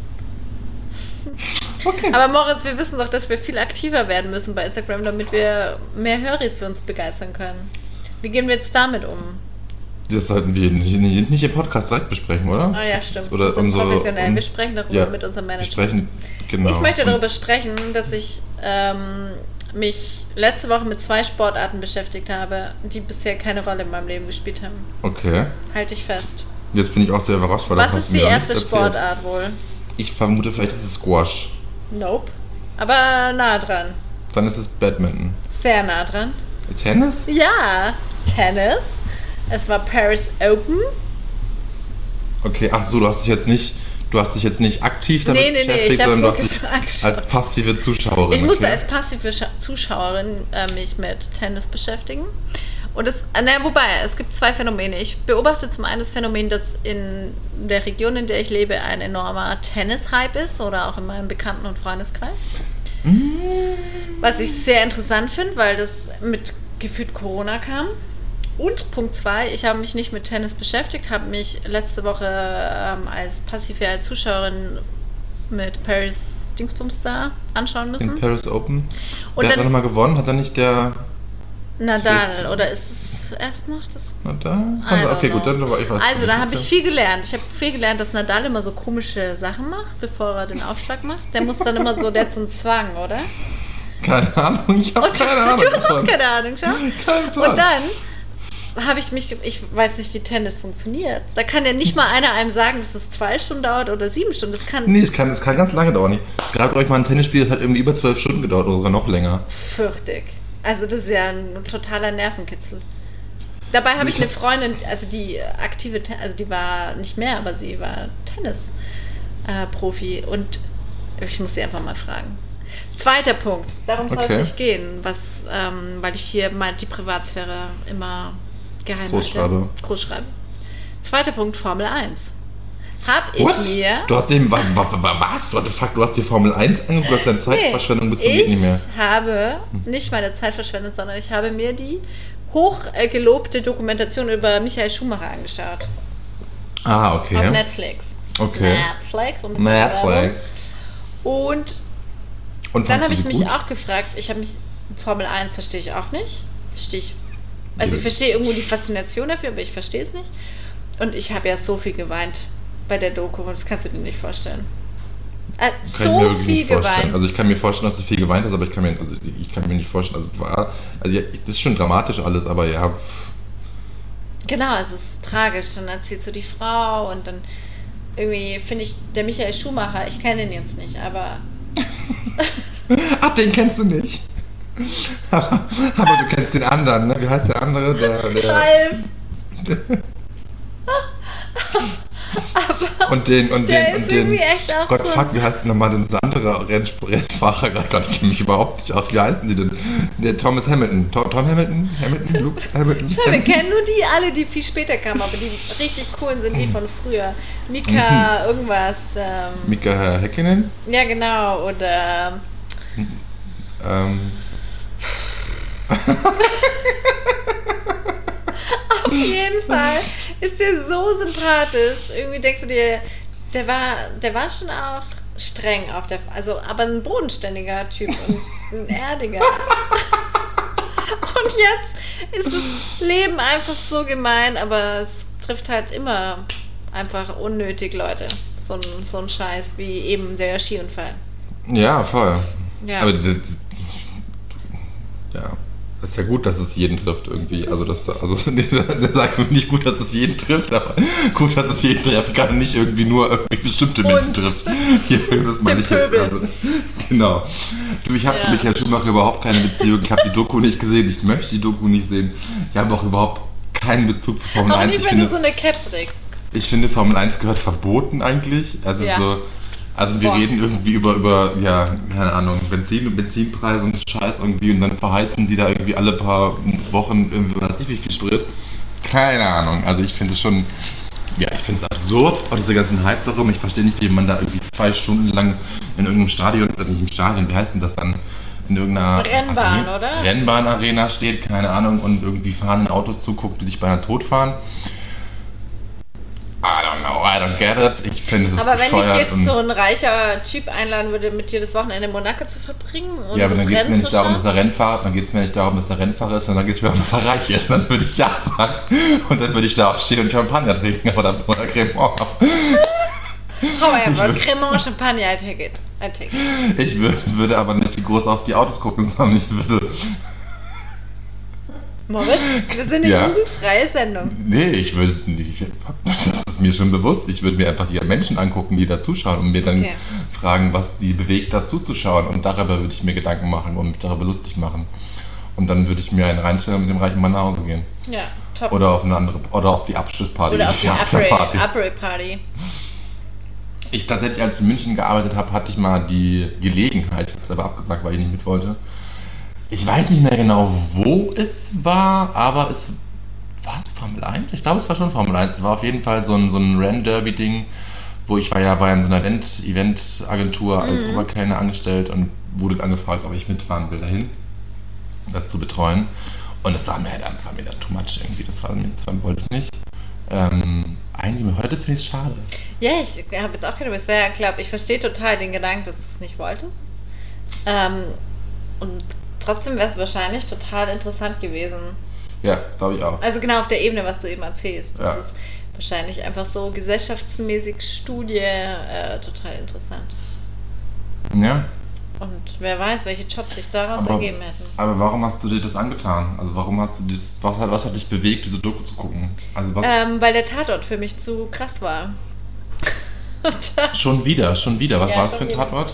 Okay. Aber Moritz, wir wissen doch, dass wir viel aktiver werden müssen bei Instagram, damit wir mehr Höris für uns begeistern können. Wie gehen wir jetzt damit um? Das sollten wir nicht, nicht, nicht im Podcast direkt besprechen, oder? Ah ja, stimmt. Oder wir sind unsere- professionell. um- wir sprechen darüber Ja, mit unserem Wir Manager. sprechen, genau. Ich möchte Und- darüber sprechen, dass ich ähm, mich letzte Woche mit zwei Sportarten beschäftigt habe, die bisher keine Rolle in meinem Leben gespielt haben. Okay. Halte ich fest. Jetzt bin ich auch sehr überrascht, weil Was das hast ist du die mir noch erste nichts erzählt. Sportart wohl? Ich vermute, vielleicht ist es Squash. Nope. Aber nah dran. Dann ist es Badminton. Sehr nah dran. Tennis? Ja, Tennis. Es war Paris Open. Okay, ach so, du hast dich jetzt nicht, du hast dich jetzt nicht aktiv damit Nee, nee, nee, beschäftigt, ich hab's sondern nur du hast dich angeschaut. als passive Zuschauerin. Ich musste okay? als passive Scha- Zuschauerin äh, mich mit Tennis beschäftigen. Und es, äh, naja, wobei, es gibt zwei Phänomene. Ich beobachte zum einen das Phänomen, dass in der Region, in der ich lebe, ein enormer Tennis-Hype ist oder auch in meinem Bekannten- und Freundeskreis. Was ich sehr interessant finde, weil das mit gefühlt Corona kam. Und Punkt zwei, ich habe mich nicht mit Tennis beschäftigt, habe mich letzte Woche ähm, als passive Zuschauerin mit Paris Dingsbums da anschauen müssen. In Paris Open. Und Wer hat dann da nochmal gewonnen? Hat da nicht der... Nadal, Vielleicht- oder ist es erst noch das? Na, da? I Kann, don't okay, gut, know. dann war ich was. Also, da habe ich Okay. viel gelernt. Ich habe viel gelernt, dass Nadal immer so komische Sachen macht, bevor er den Aufschlag macht. Der muss dann immer so, der hat so einen Zwang, oder? Keine Ahnung, ich habe Und keine Ahnung du hast auch davon. keine Ahnung, schau. Kein Plan. Und dann habe ich mich, ge- ich weiß nicht, wie Tennis funktioniert. Da kann ja nicht mal einer einem sagen, dass es zwei Stunden dauert oder sieben Stunden. Das kann Nee, es kann, es kann ganz lange dauern. Gerade euch mal ein Tennisspiel, das hat irgendwie über zwölf Stunden gedauert oder sogar noch länger. fürchtig. Also das ist ja ein totaler Nervenkitzel. Dabei habe ich Ich eine Freundin, also die aktive, Ten- also die war nicht mehr, aber sie war Tennis-Profi und ich muss sie einfach mal fragen. Zweiter Punkt, darum soll Okay. es nicht gehen, was, ähm, weil ich hier mal die Privatsphäre immer geheim Groß halte. schreibe. Groß schreibe. Zweiter Punkt, Formel eins. Hab ich What? mir... Du hast eben, wa- wa- wa- was? What the fuck? Du hast die Formel eins angeguckt, du hast deine Zeitverschwendung bis zum geht ich nicht mehr. habe nicht meine Zeit verschwendet, sondern ich habe mir die hoch äh, gelobte Dokumentation über Michael Schumacher angeschaut. Ah, okay. Auf Netflix. Okay. Netflix. Und Netflix. Und Und dann fandst habe du ich sie mich gut? auch gefragt, ich habe mich, Formel eins verstehe ich auch nicht. Verstehe ich. Also ich Ja. verstehe irgendwo die Faszination dafür, aber ich verstehe es nicht. Und ich habe ja so viel geweint bei der Doku, das kannst du dir nicht vorstellen. Äh, Kann ich mir so wirklich viel nicht vorstellen. geweint. Also ich kann mir vorstellen, dass du viel geweint hast, aber ich kann mir, also ich kann mir nicht vorstellen, also, war, also ja, das ist schon dramatisch alles, aber ja, Genau, es ist tragisch. Dann erzählt so die Frau und dann irgendwie finde ich, der Michael Schumacher, ich kenne ihn jetzt nicht, aber ach, den kennst du nicht. aber, aber du kennst den anderen, ne? Wie heißt der andere? Der, der, Ralf. und den, und Der den, ist und den. irgendwie echt auch Gott, so fuck, wie heißt denn nochmal denn das andere Renn, Rennfahrer? Gott, ich kenne mich überhaupt nicht aus. Wie heißen die denn? Der Thomas Hamilton. Tom, Tom Hamilton? Hamilton? Luke Hamilton? Schau, wir kennen nur die alle, die viel später kamen, aber die richtig coolen sind die von früher. Mika, irgendwas. Ähm, Mika Häkkinen? ja, genau. Oder. Ähm. Auf jeden Fall ist der so sympathisch. Irgendwie denkst du dir, der war, der war schon auch streng auf der, also aber ein bodenständiger Typ und ein erdiger. Und jetzt ist das Leben einfach so gemein, aber es trifft halt immer einfach unnötig Leute. So ein, so ein Scheiß wie eben der Skiunfall. Ja, voll. Ja. Aber diese. Ja. Das ist ja gut, dass es jeden trifft irgendwie. Also das, also der sagt mir nicht gut, dass es jeden trifft, aber gut, dass es jeden treffen kann und nicht irgendwie nur irgendwie bestimmte Menschen Und trifft. Hier, das meine ich jetzt. Also, genau. Du, ich habe Ja. zu Michael Schumacher überhaupt keine Beziehung. Ich habe die Doku nicht gesehen. Ich möchte die Doku nicht sehen. Ich habe auch überhaupt keinen Bezug zu Formel Auch eins. nicht, Ich wenn finde, du so eine Cap trägst. ich finde, Formel eins gehört verboten eigentlich. Also Ja. so. Also wir Boah. reden irgendwie über, über, ja, keine Ahnung, Benzin und Benzinpreise und Scheiß irgendwie und dann verheizen die da irgendwie alle paar Wochen irgendwie, weiß nicht wie viel Sprit. Keine Ahnung, also ich finde es schon, ja, ich finde es absurd, auch diese ganzen Hype darum. Ich verstehe nicht, wie man da irgendwie zwei Stunden lang in irgendeinem Stadion, oder nicht im Stadion, wie heißt denn das dann, in irgendeiner Rennbahn, Arena, oder? Rennbahnarena steht, keine Ahnung, und irgendwie fahrenden Autos zuguckt, die dich beinahe totfahren. I don't know, I don't get it. Ich finde es ist Aber wenn ich bescheuert jetzt und- so ein reicher Typ einladen würde, mit dir das Wochenende in Monaco zu verbringen und Ja, aber dann das geht es Rennen mir nicht zu darum, dass schauen? er Rennfahrer, dann geht es mir nicht darum, dass er Rennfahrer ist, sondern dann geht es mir darum, dass er reich ist. Und dann würde ich ja sagen. Und dann würde ich da auch stehen und Champagner trinken oder, oder Cremant. However, würd- Cremant Champagner, I take it. I take it. Ich würde, würde aber nicht groß auf die Autos gucken, sondern ich würde. Moritz, wir sind eine Ja. jugendfreie Sendung. Nee, ich würde nicht. Das ist mir schon bewusst. Ich würde mir einfach die Menschen angucken, die da zuschauen und mir dann Okay. fragen, was die bewegt, da zuzuschauen. Und darüber würde ich mir Gedanken machen und mich darüber lustig machen. Und dann würde ich mir einen reinstellen und mit dem reichen Mann nach Hause gehen. Ja, top. Oder auf eine andere, oder auf die Abschlussparty. Oder auf die Afterparty. Après-Party. Ich tatsächlich, als ich in München gearbeitet habe, hatte ich mal die Gelegenheit, ich habe es aber abgesagt, weil ich nicht mit wollte. Ich weiß nicht mehr genau, wo es war, aber es war es Formel eins? Ich glaube, es war schon Formel eins. Es war auf jeden Fall so ein, so ein Renn-Derby-Ding, wo ich war ja war in so einer Event- Event-Agentur als Mhm. Oberkellner angestellt und wurde angefragt, ob ich mitfahren will dahin, das zu betreuen. Und das war mir halt einfach mir dann too much irgendwie, das war mir, das war, wollte ich nicht. Ähm, eigentlich, heute finde ich es schade. Ja, ich habe jetzt auch gedacht, es wäre, glaube ich, verstehe total den Gedanken, dass du es nicht wolltest. Ähm, und trotzdem wäre es wahrscheinlich total interessant gewesen. Ja, glaube ich auch. Also genau auf der Ebene, was du eben erzählst. Das Ja. ist wahrscheinlich einfach so gesellschaftsmäßig Studie äh, total interessant. Ja. Und wer weiß, welche Jobs sich daraus Aber, ergeben hätten. aber warum hast du dir das angetan? Also warum hast du das, was hat, was hat dich bewegt, diese Doku zu gucken? Also was, Ähm, weil der Tatort für mich zu krass war. Und da- schon wieder, schon wieder. Was Ja, war das schon für ein wieder. Tatort?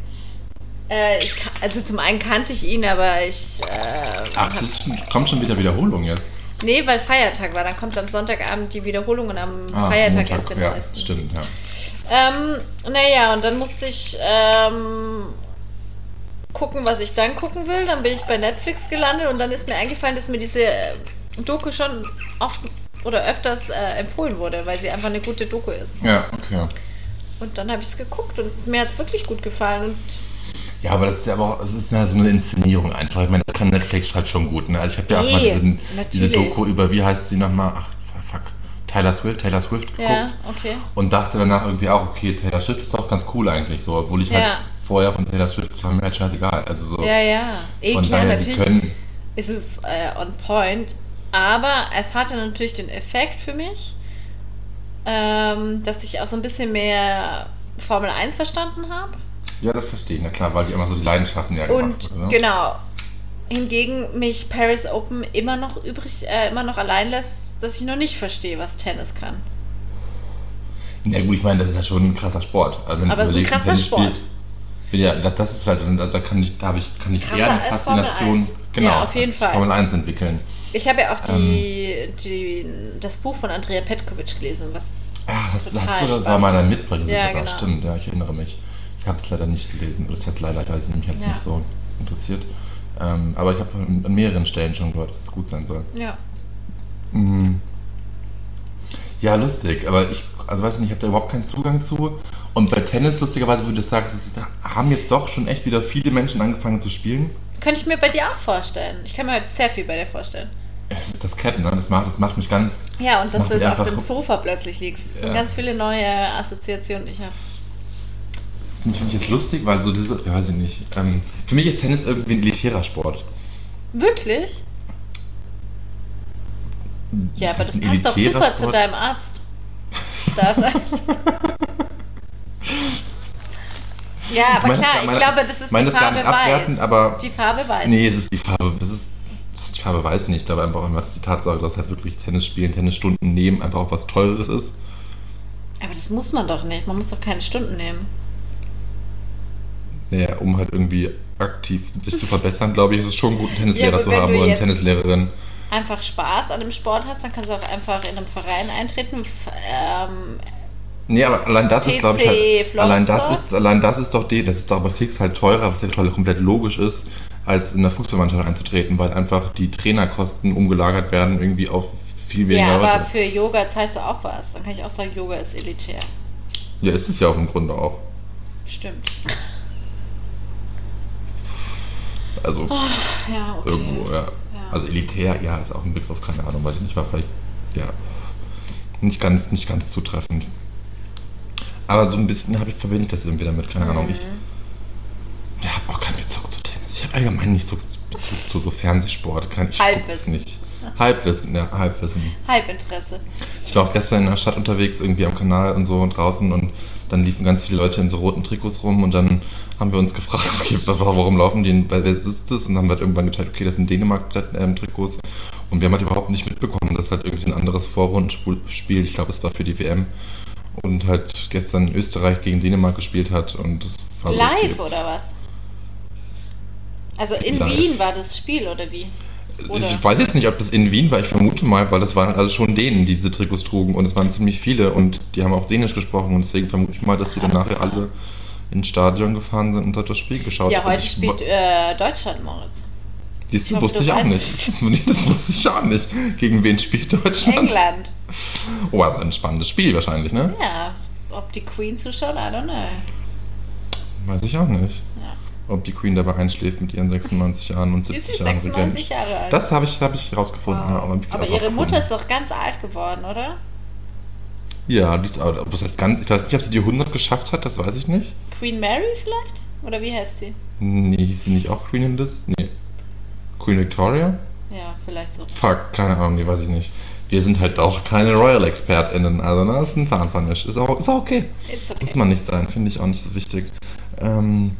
Äh, ich, ka- also zum einen kannte ich ihn, aber ich... Äh, Ach, das ist, schon- kommt schon wieder Wiederholung jetzt. nee, weil Feiertag war. Dann kommt am Sonntagabend die Wiederholung und am Ah, Feiertag Montag, erst den ja, neuesten. stimmt, ja. Ähm, naja, und dann musste ich ähm, gucken, was ich dann gucken will. Dann bin ich bei Netflix gelandet und dann ist mir eingefallen, dass mir diese äh, Doku schon oft oder öfters äh, empfohlen wurde, weil sie einfach eine gute Doku ist. Ja, okay. Und dann habe ich es geguckt und mir hat es wirklich gut gefallen. Und Ja, aber das ist ja aber auch, es ist ja so eine Inszenierung einfach. Ich meine, das kann Netflix halt schon gut. Ne? Also ich habe ja auch mal Nee, diesen, diese natürlich. Doku über, wie heißt sie nochmal? Ach, fuck. Taylor Swift, Taylor Swift geguckt. ja, okay. Und dachte danach irgendwie auch, okay, Taylor Swift ist doch ganz cool eigentlich so, obwohl ich Ja. halt vorher von Taylor Swift, das war mir halt scheißegal. Also so, Ja, ja. Eh von klar, daher, die natürlich können, ist es äh, on point. Aber es hatte natürlich den Effekt für mich, ähm, dass ich auch so ein bisschen mehr Formel eins verstanden habe. ja, das verstehe ich, na klar, weil die immer so die Leidenschaften ja gemacht Und wird, ne? genau, hingegen mich Paris Open immer noch übrig, äh, immer noch allein lässt, dass ich noch nicht verstehe, was Tennis kann. Ja gut, ich meine, das ist ja schon ein krasser Sport. Also wenn Aber du es ist ein überlegst, krasser Tennis Sport. spielt, Ja, das, das ist also, also da kann ich, da habe ich, kann ich Krasser eher eine als Formel Faszination, eins. genau, Ja, auf jeden als Fall. Formel eins entwickeln. Ich habe ja auch die, die, das Buch von Andrea Petkovic gelesen, was Ja, das total hast du, das war spannend meiner ist. Mitbringer Ja, sogar, genau. stimmt, ja, ich erinnere mich. Ich habe es leider nicht gelesen, das heißt leider, ich weiß nicht, mich hat es Ja. nicht so interessiert. Ähm, aber ich habe an mehreren Stellen schon gehört, dass es gut sein soll. Ja. Mhm. Ja, lustig, aber ich, also weiß ich nicht, ich habe da überhaupt keinen Zugang zu. Und bei Tennis, lustigerweise, würde ich sagen, es haben jetzt doch schon echt wieder viele Menschen angefangen zu spielen. Könnte ich mir bei dir auch vorstellen. Ich kann mir heute sehr viel bei dir vorstellen. Es ist das Cap, ne? Das macht, das macht mich ganz... Ja, und Das dass macht du mich jetzt auf einfach- dem Sofa plötzlich liegst. Das sind Ja. ganz viele neue Assoziationen, die ich habe. Das finde ich jetzt lustig, weil so diese... Ja, weiß ich nicht. Ähm, für mich ist Tennis irgendwie ein elitärer Sport. Wirklich? Ja, Ist aber das ein passt doch elitärer super zu Sport? deinem Arzt. Da sein. Ja, aber meine, klar, meine, ich glaube, das ist meine die das gar Farbe nicht abwertend, weiß. aber... Die Farbe weiß. Nee, es ist die Farbe, es ist, es ist die Farbe weiß nicht, aber einfach immer die Tatsache, dass halt wirklich Tennis spielen, Tennisstunden nehmen einfach auch was Teures ist. Aber das muss man doch nicht. Man muss doch keine Stunden nehmen. Naja, um halt irgendwie aktiv sich zu verbessern, glaube ich, ist es schon gut, einen Tennislehrer gut, zu wenn haben du oder eine jetzt- Tennislehrerin. Einfach Spaß an dem Sport hast, dann kannst du auch einfach in einem Verein eintreten. F- Ähm, Nee, aber allein das ist, T C glaube ich, halt, allein das Florensdorf? ist, allein das ist doch die, das ist doch aber fix halt teurer, was ja total komplett logisch ist, als in der Fußballmannschaft einzutreten, weil einfach die Trainerkosten umgelagert werden irgendwie auf viel weniger ja, aber Leute. für Yoga zahlst du auch was. Dann kann ich auch sagen, Yoga ist elitär. Ja, ist es ja auch im Grunde auch. Stimmt. Also Ja, okay. irgendwo, ja. Ja. Also elitär, ja, ist auch ein Begriff, keine Ahnung, weiß ich nicht, war vielleicht, ja, nicht ganz, nicht ganz zutreffend. Aber so ein bisschen habe ich verbinde ich das irgendwie damit, keine Ahnung. Ich ja, habe auch keinen Bezug zu Tennis. Ich habe allgemein nicht so Bezug zu so Fernsehsport. Kein, ich guck Halbwissen. es nicht. Halbwissen, ja, Halbwissen. Halbinteresse. Ich war auch gestern in der Stadt unterwegs, irgendwie am Kanal und so und draußen und dann liefen ganz viele Leute in so roten Trikots rum und dann haben wir uns gefragt, okay, warum laufen die, in- weil wer ist das? Und dann haben wir halt irgendwann gecheckt, okay, das sind Dänemark-Trikots und wir haben halt überhaupt nicht mitbekommen, dass halt irgendwie ein anderes Vorrundenspiel, ich glaube, es war für die W M und halt gestern Österreich gegen Dänemark gespielt hat und das war so, Live okay. oder was? Also in Live. Wien war das Spiel oder wie? Oder? Ich weiß jetzt nicht, ob das in Wien war, ich vermute mal, weil das waren also schon Dänen, die diese Trikots trugen und es waren ziemlich viele und die haben auch Dänisch gesprochen und deswegen vermute ich mal, dass die dann nachher alle ins Stadion gefahren sind und dort das Spiel geschaut Ja, haben. heute Ich- spielt äh, Deutschland, Moritz. Siehst du, ich hoffe, wusste du ich auch weißt nicht. Nee, das wusste ich auch nicht. Gegen wen spielt Deutschland? England. Oh, aber ein spannendes Spiel wahrscheinlich, ne? Ja, ob die Queen zuschaut, I don't know. Weiß ich auch nicht. Ja. Ob die Queen dabei einschläft mit ihren sechsundneunzig Jahren und Ist siebzig sie Jahren sechsundneunzig Jahre alt? Das habe ich, hab ich rausgefunden. Ja, Wow. hab ich Aber auch ihre rausgefunden. Mutter ist doch ganz alt geworden, oder? Ja, die ist aber, was heißt ganz, ich weiß nicht, ob sie die hundert geschafft hat, das weiß ich nicht. Queen Mary vielleicht? Oder wie heißt sie? Nee, hieß sie nicht auch Queen in this? Nee. Queen Victoria? Ja, vielleicht so. Fuck, keine Ahnung, die weiß ich nicht. Wir sind halt auch keine Royal-ExpertInnen, also das ist ein Fahnenvermisch. Ist auch, ist auch okay. It's okay. Muss man nicht sein, finde ich auch nicht so wichtig. Ähm,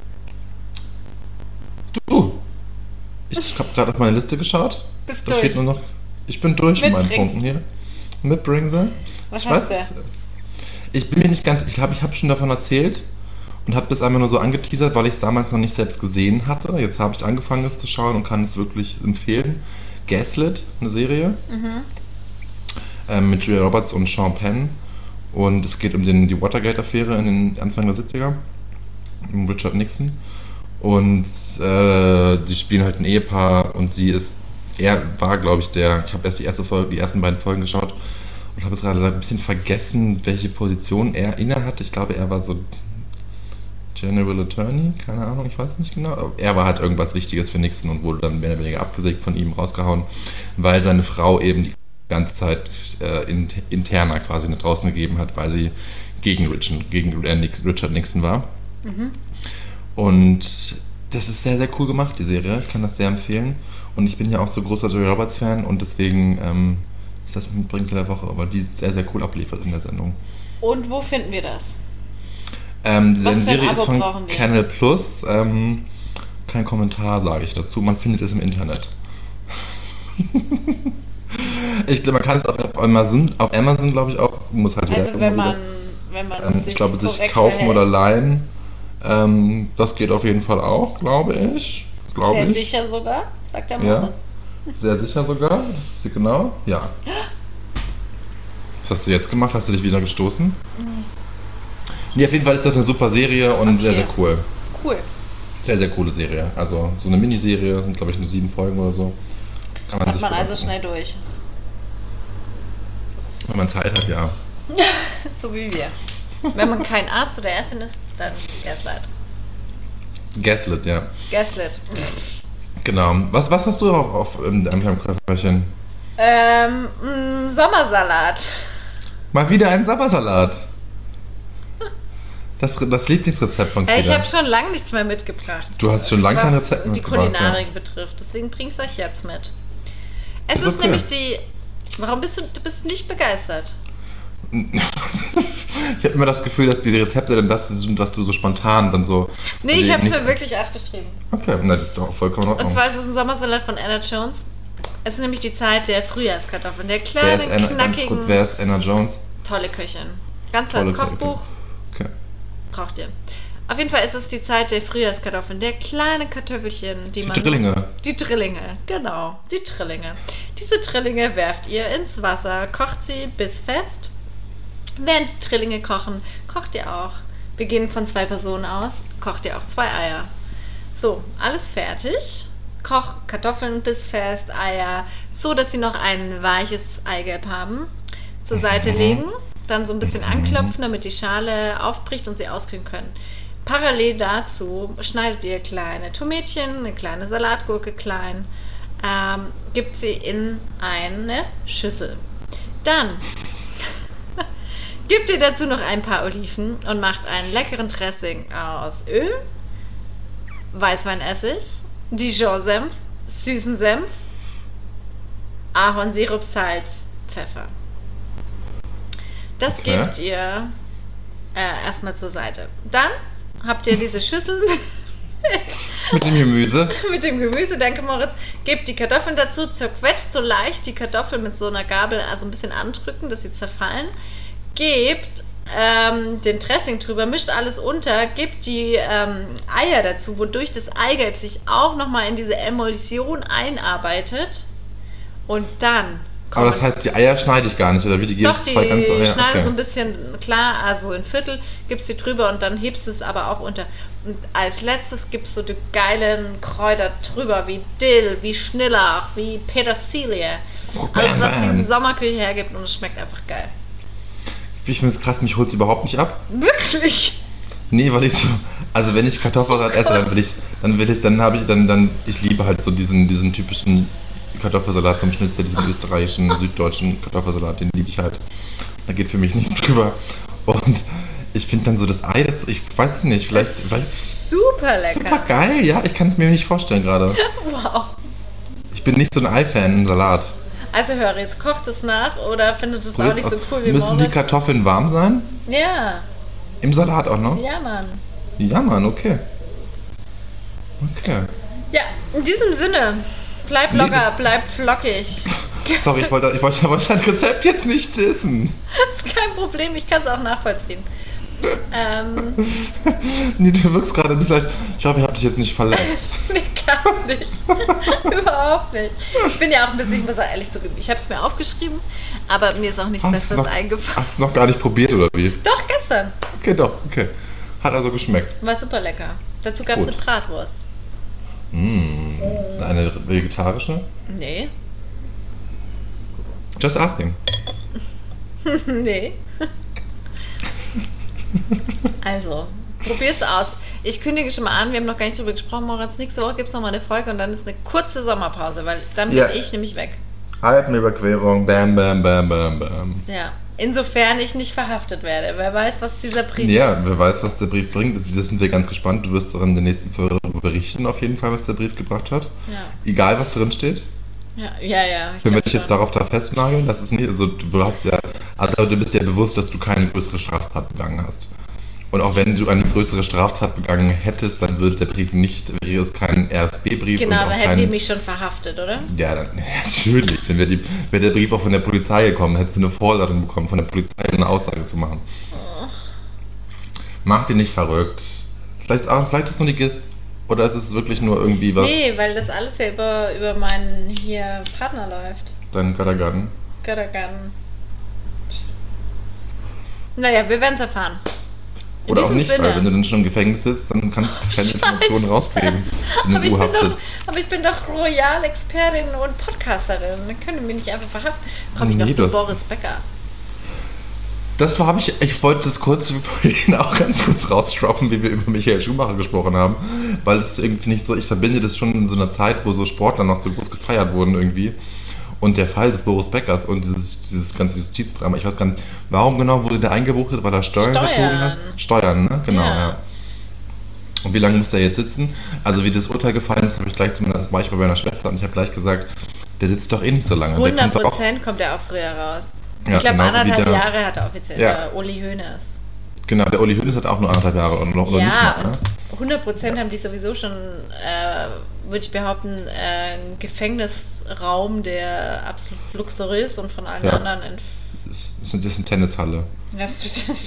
du, ich habe gerade auf meine Liste geschaut. Bist Da durch. steht nur noch, ich bin durch mit meinen Mitbringst. Punkten hier. Mitbringen sie. Was ich hast weiß, du? ich bin mir nicht ganz, ich glaube, ich habe schon davon erzählt und habe das einmal nur so angeteasert, weil ich es damals noch nicht selbst gesehen hatte. Jetzt habe ich angefangen, es zu schauen und kann es wirklich empfehlen. Gaslit, eine Serie Mhm. ähm, mit Julia Roberts und Sean Penn. Und es geht um den, die Watergate-Affäre in den Anfang der siebziger. Um Richard Nixon. Und äh, die spielen halt ein Ehepaar und sie ist, er war, glaube ich, der, ich habe erst die erste Folge, die ersten beiden Folgen geschaut und habe jetzt gerade ein bisschen vergessen, welche Position er innehat. Ich glaube, er war so General Attorney, keine Ahnung, ich weiß nicht genau. Aber er war halt irgendwas Wichtiges für Nixon und wurde dann mehr oder weniger abgesägt von ihm, rausgehauen, weil seine Frau eben die ganze Zeit äh, in, interner quasi nach draußen gegeben hat, weil sie gegen Richard, gegen äh, Nix, Richard Nixon war. Mhm. Und das ist sehr, sehr cool gemacht, die Serie. Ich kann das sehr empfehlen. Und ich bin ja auch so großer Julia Roberts-Fan und deswegen ähm, ist das ein Mitbringsel der Woche, aber die ist sehr, sehr cool abliefert in der Sendung. Und wo finden wir das? Ähm, die Was für ein Serie Abo ist von brauchen wir? Canal Plus. Ähm, kein Kommentar sage ich dazu. Man findet es im Internet. Ich glaube, man kann es auf Amazon, auf Amazon glaube ich auch. Muss halt Also jeder wenn immer man, wieder, wenn man ähm, sich ich glaube, sich korrekt kaufen verhält. oder leihen. Ähm, das geht auf jeden Fall auch, glaube ich. Glaube Sehr ich. sicher sogar, sagt der Ja. Moritz. Sehr sicher sogar. Sie- Genau, ja. Was hast du jetzt gemacht? Hast du dich wieder gestoßen? Nee, auf jeden Fall ist das eine super Serie und Okay. sehr, sehr cool. Cool. Sehr, sehr coole Serie. Also so eine Miniserie, sind glaube ich nur sieben Folgen oder so. Kann man Hat sich man gut also angucken. schnell durch. Wenn man Zeit hat, ja. So wie wir. Wenn man kein Arzt oder Ärztin ist, dann Gaslight. Gaslit, ja. Gaslit. Genau. Was, was hast du auf, auf in deinem Köfferchen? Ähm, mh, Sommersalat. Mal wieder ein Sabbersalat. Das, das Lieblingsrezept von Äh, Kida. ich habe schon lange nichts mehr mitgebracht. Du hast schon lange was kein Rezept die mitgebracht, Kulinarik betrifft. Deswegen bringe ich es euch jetzt mit. Es Ist ist, okay. nämlich die... Warum bist du... Du bist nicht begeistert. Ich habe immer das Gefühl, dass die Rezepte dann das sind, was du so spontan dann so... Nee, ich die habe es nicht- mir wirklich aufgeschrieben. Okay, na, das ist doch vollkommen in Und Ordnung. zwar ist es ein Sommersalat von Anna Jones. Es ist nämlich die Zeit der Frühjahrskartoffeln. Der Wer kleinen, ist Anna, ganz knackigen... kurz, wer ist Anna Jones? Tolle Köchin. Ganz tolles Tolle Kochbuch. Okay. Braucht ihr. Auf jeden Fall ist es die Zeit der Frühjahrskartoffeln. Der kleine Kartoffelchen, die, Die man... Drillinge. Die Drillinge, genau. Die Drillinge. Diese Drillinge werft ihr ins Wasser, kocht sie bis fest. Während die Drillinge kochen, kocht ihr auch. Wir gehen von zwei Personen aus, kocht ihr auch zwei Eier. So, alles fertig. Koch Kartoffeln bis fest, Eier, so dass sie noch ein weiches Eigelb haben. Zur Seite Mhm. legen, dann so ein bisschen anklopfen, damit die Schale aufbricht und sie auskühlen können. Parallel dazu schneidet ihr kleine Tomätchen, eine kleine Salatgurke klein, ähm, gibt sie in eine Schüssel. Dann gebt ihr dazu noch ein paar Oliven und macht einen leckeren Dressing aus Öl, Weißweinessig, Dijon-Senf, süßen Senf, Ahornsirup, Salz, Pfeffer. Das Okay. gebt ihr äh, erstmal zur Seite. Dann habt ihr diese Schüssel Mit dem Gemüse. mit dem Gemüse, danke Moritz. Gebt die Kartoffeln dazu, zerquetscht so leicht die Kartoffeln mit so einer Gabel, also ein bisschen andrücken, dass sie zerfallen. Gebt ähm, den Dressing drüber, mischt alles unter, gebt die ähm, Eier dazu, wodurch das Eigelb sich auch nochmal in diese Emulsion einarbeitet. Und dann Aber das heißt, die Eier schneide ich gar nicht, oder wie? Die gebe doch, ich die zwei ganze Eier? schneiden Okay. so ein bisschen klar, also in Viertel, gibst sie drüber und dann hebst du es aber auch unter. Und als letztes gibst du die geilen Kräuter drüber, wie Dill, wie Schnillach, wie Petersilie. Alles, was die Sommerküche hergibt und es schmeckt einfach geil. Ich finde es krass, mich holt es überhaupt nicht ab. Wirklich? Nee, weil ich so, also wenn ich Kartoffelsalat esse, dann will ich, dann will ich, dann habe ich, dann, dann, ich liebe halt so diesen, diesen typischen Kartoffelsalat zum Schnitzel, diesen österreichischen, süddeutschen Kartoffelsalat, den liebe ich halt. Da geht für mich nichts drüber. Und ich finde dann so das Ei dazu, ich weiß es nicht, vielleicht, weil Super lecker. super geil, ja, ich kann es mir nicht vorstellen gerade. Wow. Ich bin nicht so ein Ei-Fan im Salat. Also Höris, kocht es nach oder findet es auch nicht so cool wie Müssen die Moritz? Kartoffeln warm sein? Ja, Im Salat auch noch? ja Mann. Ja, Mann, okay. Okay. Ja, in diesem Sinne, bleib Nee, locker, das- bleib flockig. Sorry, ich wollte, ich wollte, ich wollte dein Rezept jetzt nicht dissen. Das ist kein Problem, ich kann es auch nachvollziehen. Ähm, Nee, du wirkst gerade ein bisschen. Ich hoffe, ich habe dich jetzt nicht verletzt. nee, gar nicht. Überhaupt nicht. Ich bin ja auch ein bisschen, ich muss auch ehrlich zugeben, ich habe es mir aufgeschrieben, aber mir ist auch nichts Hast du Besseres noch, eingefallen. hast du noch gar nicht probiert, oder wie? Doch, gestern. Okay, doch, okay. Hat also geschmeckt. War super lecker. Dazu gab es Gut. eine Bratwurst. Mmh, eine vegetarische? Nee. Just asking. Nee. Also, probiert's aus. Ich kündige schon mal an, wir haben noch gar nicht drüber gesprochen, Moritz. Nächste Woche gibt es nochmal eine Folge und dann ist eine kurze Sommerpause, weil dann bin Ja. ich nämlich weg. Alpenüberquerung, bam, bam, bam, bam, bam. Ja. Insofern ich nicht verhaftet werde. Wer weiß, was dieser Brief. Ja, wer weiß, was der Brief bringt. Das sind wir ganz gespannt. Du wirst auch in der nächsten Folge darüber berichten, auf jeden Fall, was der Brief gebracht hat. Ja, Egal, was drin steht. ja, ja. ja ich Können wir glaub dich jetzt schon. darauf da festnageln? Das ist nicht, also du hast ja, also du bist ja bewusst, dass du keine größere Straftat begangen hast. Und auch wenn du eine größere Straftat begangen hättest, dann würde der Brief nicht, wäre es kein R S B-Brief. Genau, und auch dann hätten kein, die mich schon verhaftet, oder? Ja, dann, natürlich. Dann wäre, die, wäre der Brief auch von der Polizei gekommen, hättest du eine Vorladung bekommen, von der Polizei eine Aussage zu machen. Oh. Mach dich nicht verrückt. Vielleicht ist, auch, vielleicht ist es nur die G I S. Oder ist es wirklich nur irgendwie was? Nee, weil das alles ja über, über meinen hier Partner läuft. Dein Göttergarten. Göttergarten. Naja, wir werden es erfahren. In Oder auch diesem nicht, Sinne. weil wenn du dann schon im Gefängnis sitzt, dann kannst du keine Informationen rausgeben, wenn aber, du ich in bin U-Haft doch, sitzt. aber ich bin doch Royal-Expertin und Podcasterin. Dann können wir mich nicht einfach verhaften. Komme ich Nee, noch du zu hast- Boris Becker. Das habe ich, ich wollte das kurz vorhin auch ganz kurz rausdroppen, wie wir über Michael Schumacher gesprochen haben, weil es irgendwie nicht so, ich verbinde das schon in so einer Zeit, wo so Sportler noch so groß gefeiert wurden irgendwie. Und der Fall des Boris Beckers und dieses, dieses ganze Justizdrama, ich weiß gar nicht, warum genau wurde der eingebuchtet, weil er Steuern, Steuern. gezogen hat? Steuern, ne? Genau, ja. Ja. Und wie lange muss der jetzt sitzen? Also wie das Urteil gefallen ist, habe ich gleich zu meiner, das war ich bei meiner Schwester und ich habe gleich gesagt, der sitzt doch eh nicht so lange. Der hundert kommt doch auch, Prozent kommt er auch früher raus. Ja, ich glaube, genauso wie anderthalb der- Jahre hat er offiziell, Ja. der Uli Hoeneß. genau, der Uli Hoeneß hat auch nur anderthalb Jahre oder, noch, oder nicht Ja, mal, ne? und hundert Prozent haben die sowieso schon, äh, würde ich behaupten, äh, einen Gefängnisraum, der absolut luxuriös und von allen Ja. anderen entf- Das ist, das ist eine Tennishalle. Ja, das stimmt.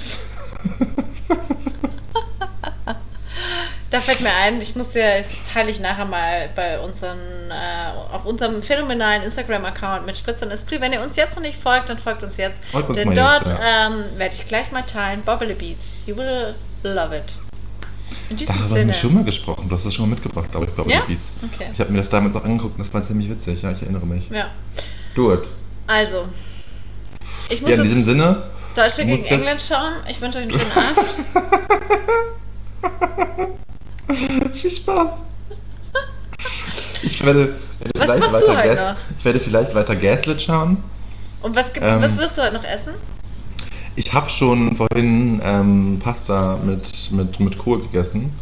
Da fällt mir ein, ich muss ja, das teile ich nachher mal bei unseren, äh, auf unserem phänomenalen Instagram-Account mit Spritz und Esprit. Wenn ihr uns jetzt noch nicht folgt, dann folgt uns jetzt. Folgt uns Denn mal dort jetzt, ja. ähm, werde ich gleich mal teilen. Bobbly Beats. You will love it. In diesem Darüber haben Sinne. wir schon mal gesprochen. Du hast das schon mal mitgebracht, glaube ich, bei Ja? Uli Beats. Okay. Ich habe mir das damals auch angeguckt und das war ziemlich witzig. Ja, ich erinnere mich. Ja. Do it. Also. Ich muss Ja, in diesem jetzt Sinne. Deutschland du gegen musst England jetzt- schauen. Ich wünsche euch einen schönen Abend. Viel Spaß. Ich werde, werde Was vielleicht machst du weiter heute Gas, noch? Ich werde vielleicht weiter Gaslit schauen. Und was, gibt, Ähm, was wirst du heute noch essen? Ich habe schon vorhin ähm, Pasta mit, mit, mit Kohl gegessen.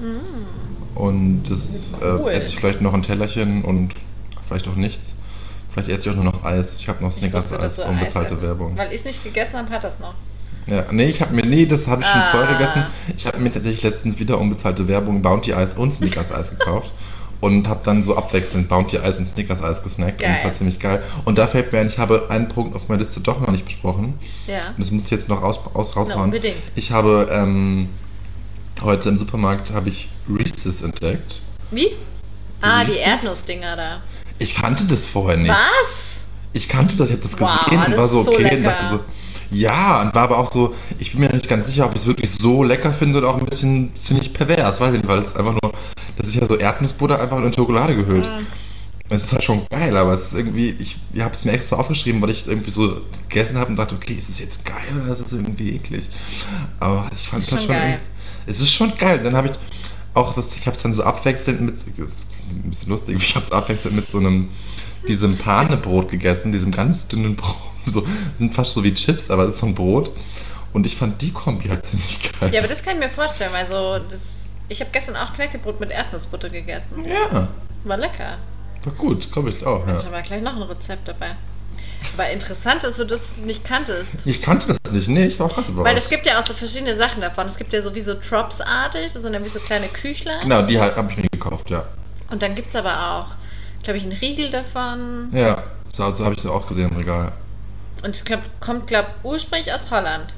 Und das Cool. äh, esse ich vielleicht noch ein Tellerchen und vielleicht auch nichts. Vielleicht esse ich auch nur noch Eis. Ich habe noch Ich wusste, dass Snickers-Eis, du Eis unbezahlte essen. Werbung. Weil ich es nicht gegessen habe, hat das noch. Ja, nee, ich habe mir, nee, das habe ich schon Ah. vorher gegessen. Ich habe mir tatsächlich letztens wieder unbezahlte Werbung Bounty Eis und Snickers Eis gekauft und habe dann so abwechselnd Bounty Eis und Snickers Eis gesnackt und das war Geil. ziemlich geil. Und da fällt mir ein, ich habe einen Punkt auf meiner Liste doch noch nicht besprochen. Ja. Und das muss ich jetzt noch aus, aus, Na, raushauen. unbedingt. Ich habe ähm, heute im Supermarkt habe ich Reese's entdeckt. Wie? Ah, die Reese's? Erdnussdinger da. Ich kannte das vorher nicht. Was? Ich kannte das, ich habe das Wow, gesehen und das war so ist so okay und lecker. dachte so, ja, und war aber auch so, ich bin mir nicht ganz sicher, ob ich es wirklich so lecker finde oder auch ein bisschen ziemlich pervers, weiß ich nicht, weil es einfach nur, das ist ja so Erdnussbutter einfach in Schokolade gehüllt. Ah. Es ist halt schon geil, aber es ist irgendwie, ich, ich habe es mir extra aufgeschrieben, weil ich irgendwie so gegessen habe und dachte, okay, ist es jetzt geil oder ist es irgendwie eklig? Aber ich fand es Ist halt schon schon, geil. irgendwie- es ist schon geil. Dann habe ich auch das, ich habe es dann so abwechselnd mit, das ist ein bisschen lustig, ich habe es abwechselnd mit so einem, diesem Panebrot gegessen, diesem ganz dünnen Brot, so, sind fast so wie Chips, aber es ist so ein Brot. Und ich fand die Kombi halt ziemlich geil. Ja, aber das kann ich mir vorstellen, weil so, das, ich habe gestern auch Knäckebrot mit Erdnussbutter gegessen. Ja, War lecker. war gut, glaube ich auch, ja. Ich habe mal gleich noch ein Rezept dabei. Aber interessant, dass du das nicht kanntest. Ich kannte das nicht, nee, ich war auch ganz überrascht. Weil es gibt ja auch so verschiedene Sachen davon. Es gibt ja so wie so Drops-artig, das sind dann wie so kleine Küchlein. Genau, die halt, habe ich mir gekauft, ja. Und dann gibt es aber auch, glaube ich, einen Riegel davon. Ja, so, so habe ich das auch gesehen im Regal. Und es glaub, kommt, glaube ich, ursprünglich aus Holland.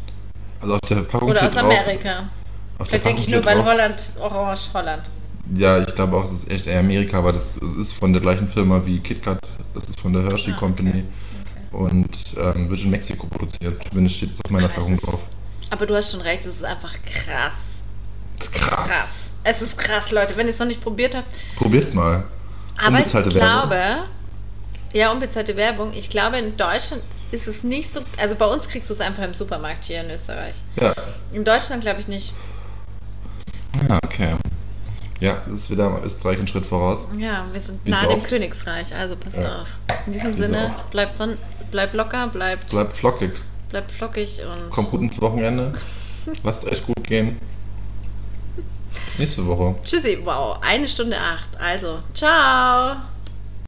Also auf der Packung Oder steht aus drauf- Amerika. Auf der Vielleicht denke Packung ich nur, steht weil drauf- Holland, Orange Holland. Ja, ich glaube auch, es ist echt eher Amerika, aber das ist von der gleichen Firma wie KitKat. Das ist von der Hershey Ah, Company. okay. Und ähm, wird in Mexiko produziert, zumindest steht auf meiner Aber es Packung ist- drauf. Aber du hast schon recht, es ist einfach krass. Das ist krass. Krass. Es ist krass, Leute, wenn ihr es noch nicht probiert habt. Probiert's mal. Aber ich Unbezahlte Werbung. glaube, ja, unbezahlte Werbung. Ich glaube, in Deutschland ist es nicht so. Also bei uns kriegst du es einfach im Supermarkt hier in Österreich. Ja. In Deutschland glaube ich nicht. Ja, okay. Ja, das ist wieder Österreich einen Schritt voraus. Ja, wir sind Wie nahe so dem oft. Königsreich, also passt Ja. auf. In diesem Wie so Sinne, oft. bleibt son bleibt locker, bleibt, Bleibt flockig. bleibt flockig und Kommt gut ins Wochenende. Lasst euch gut gehen. Bis nächste Woche. tschüssi. Wow, eine Stunde acht. Also, ciao.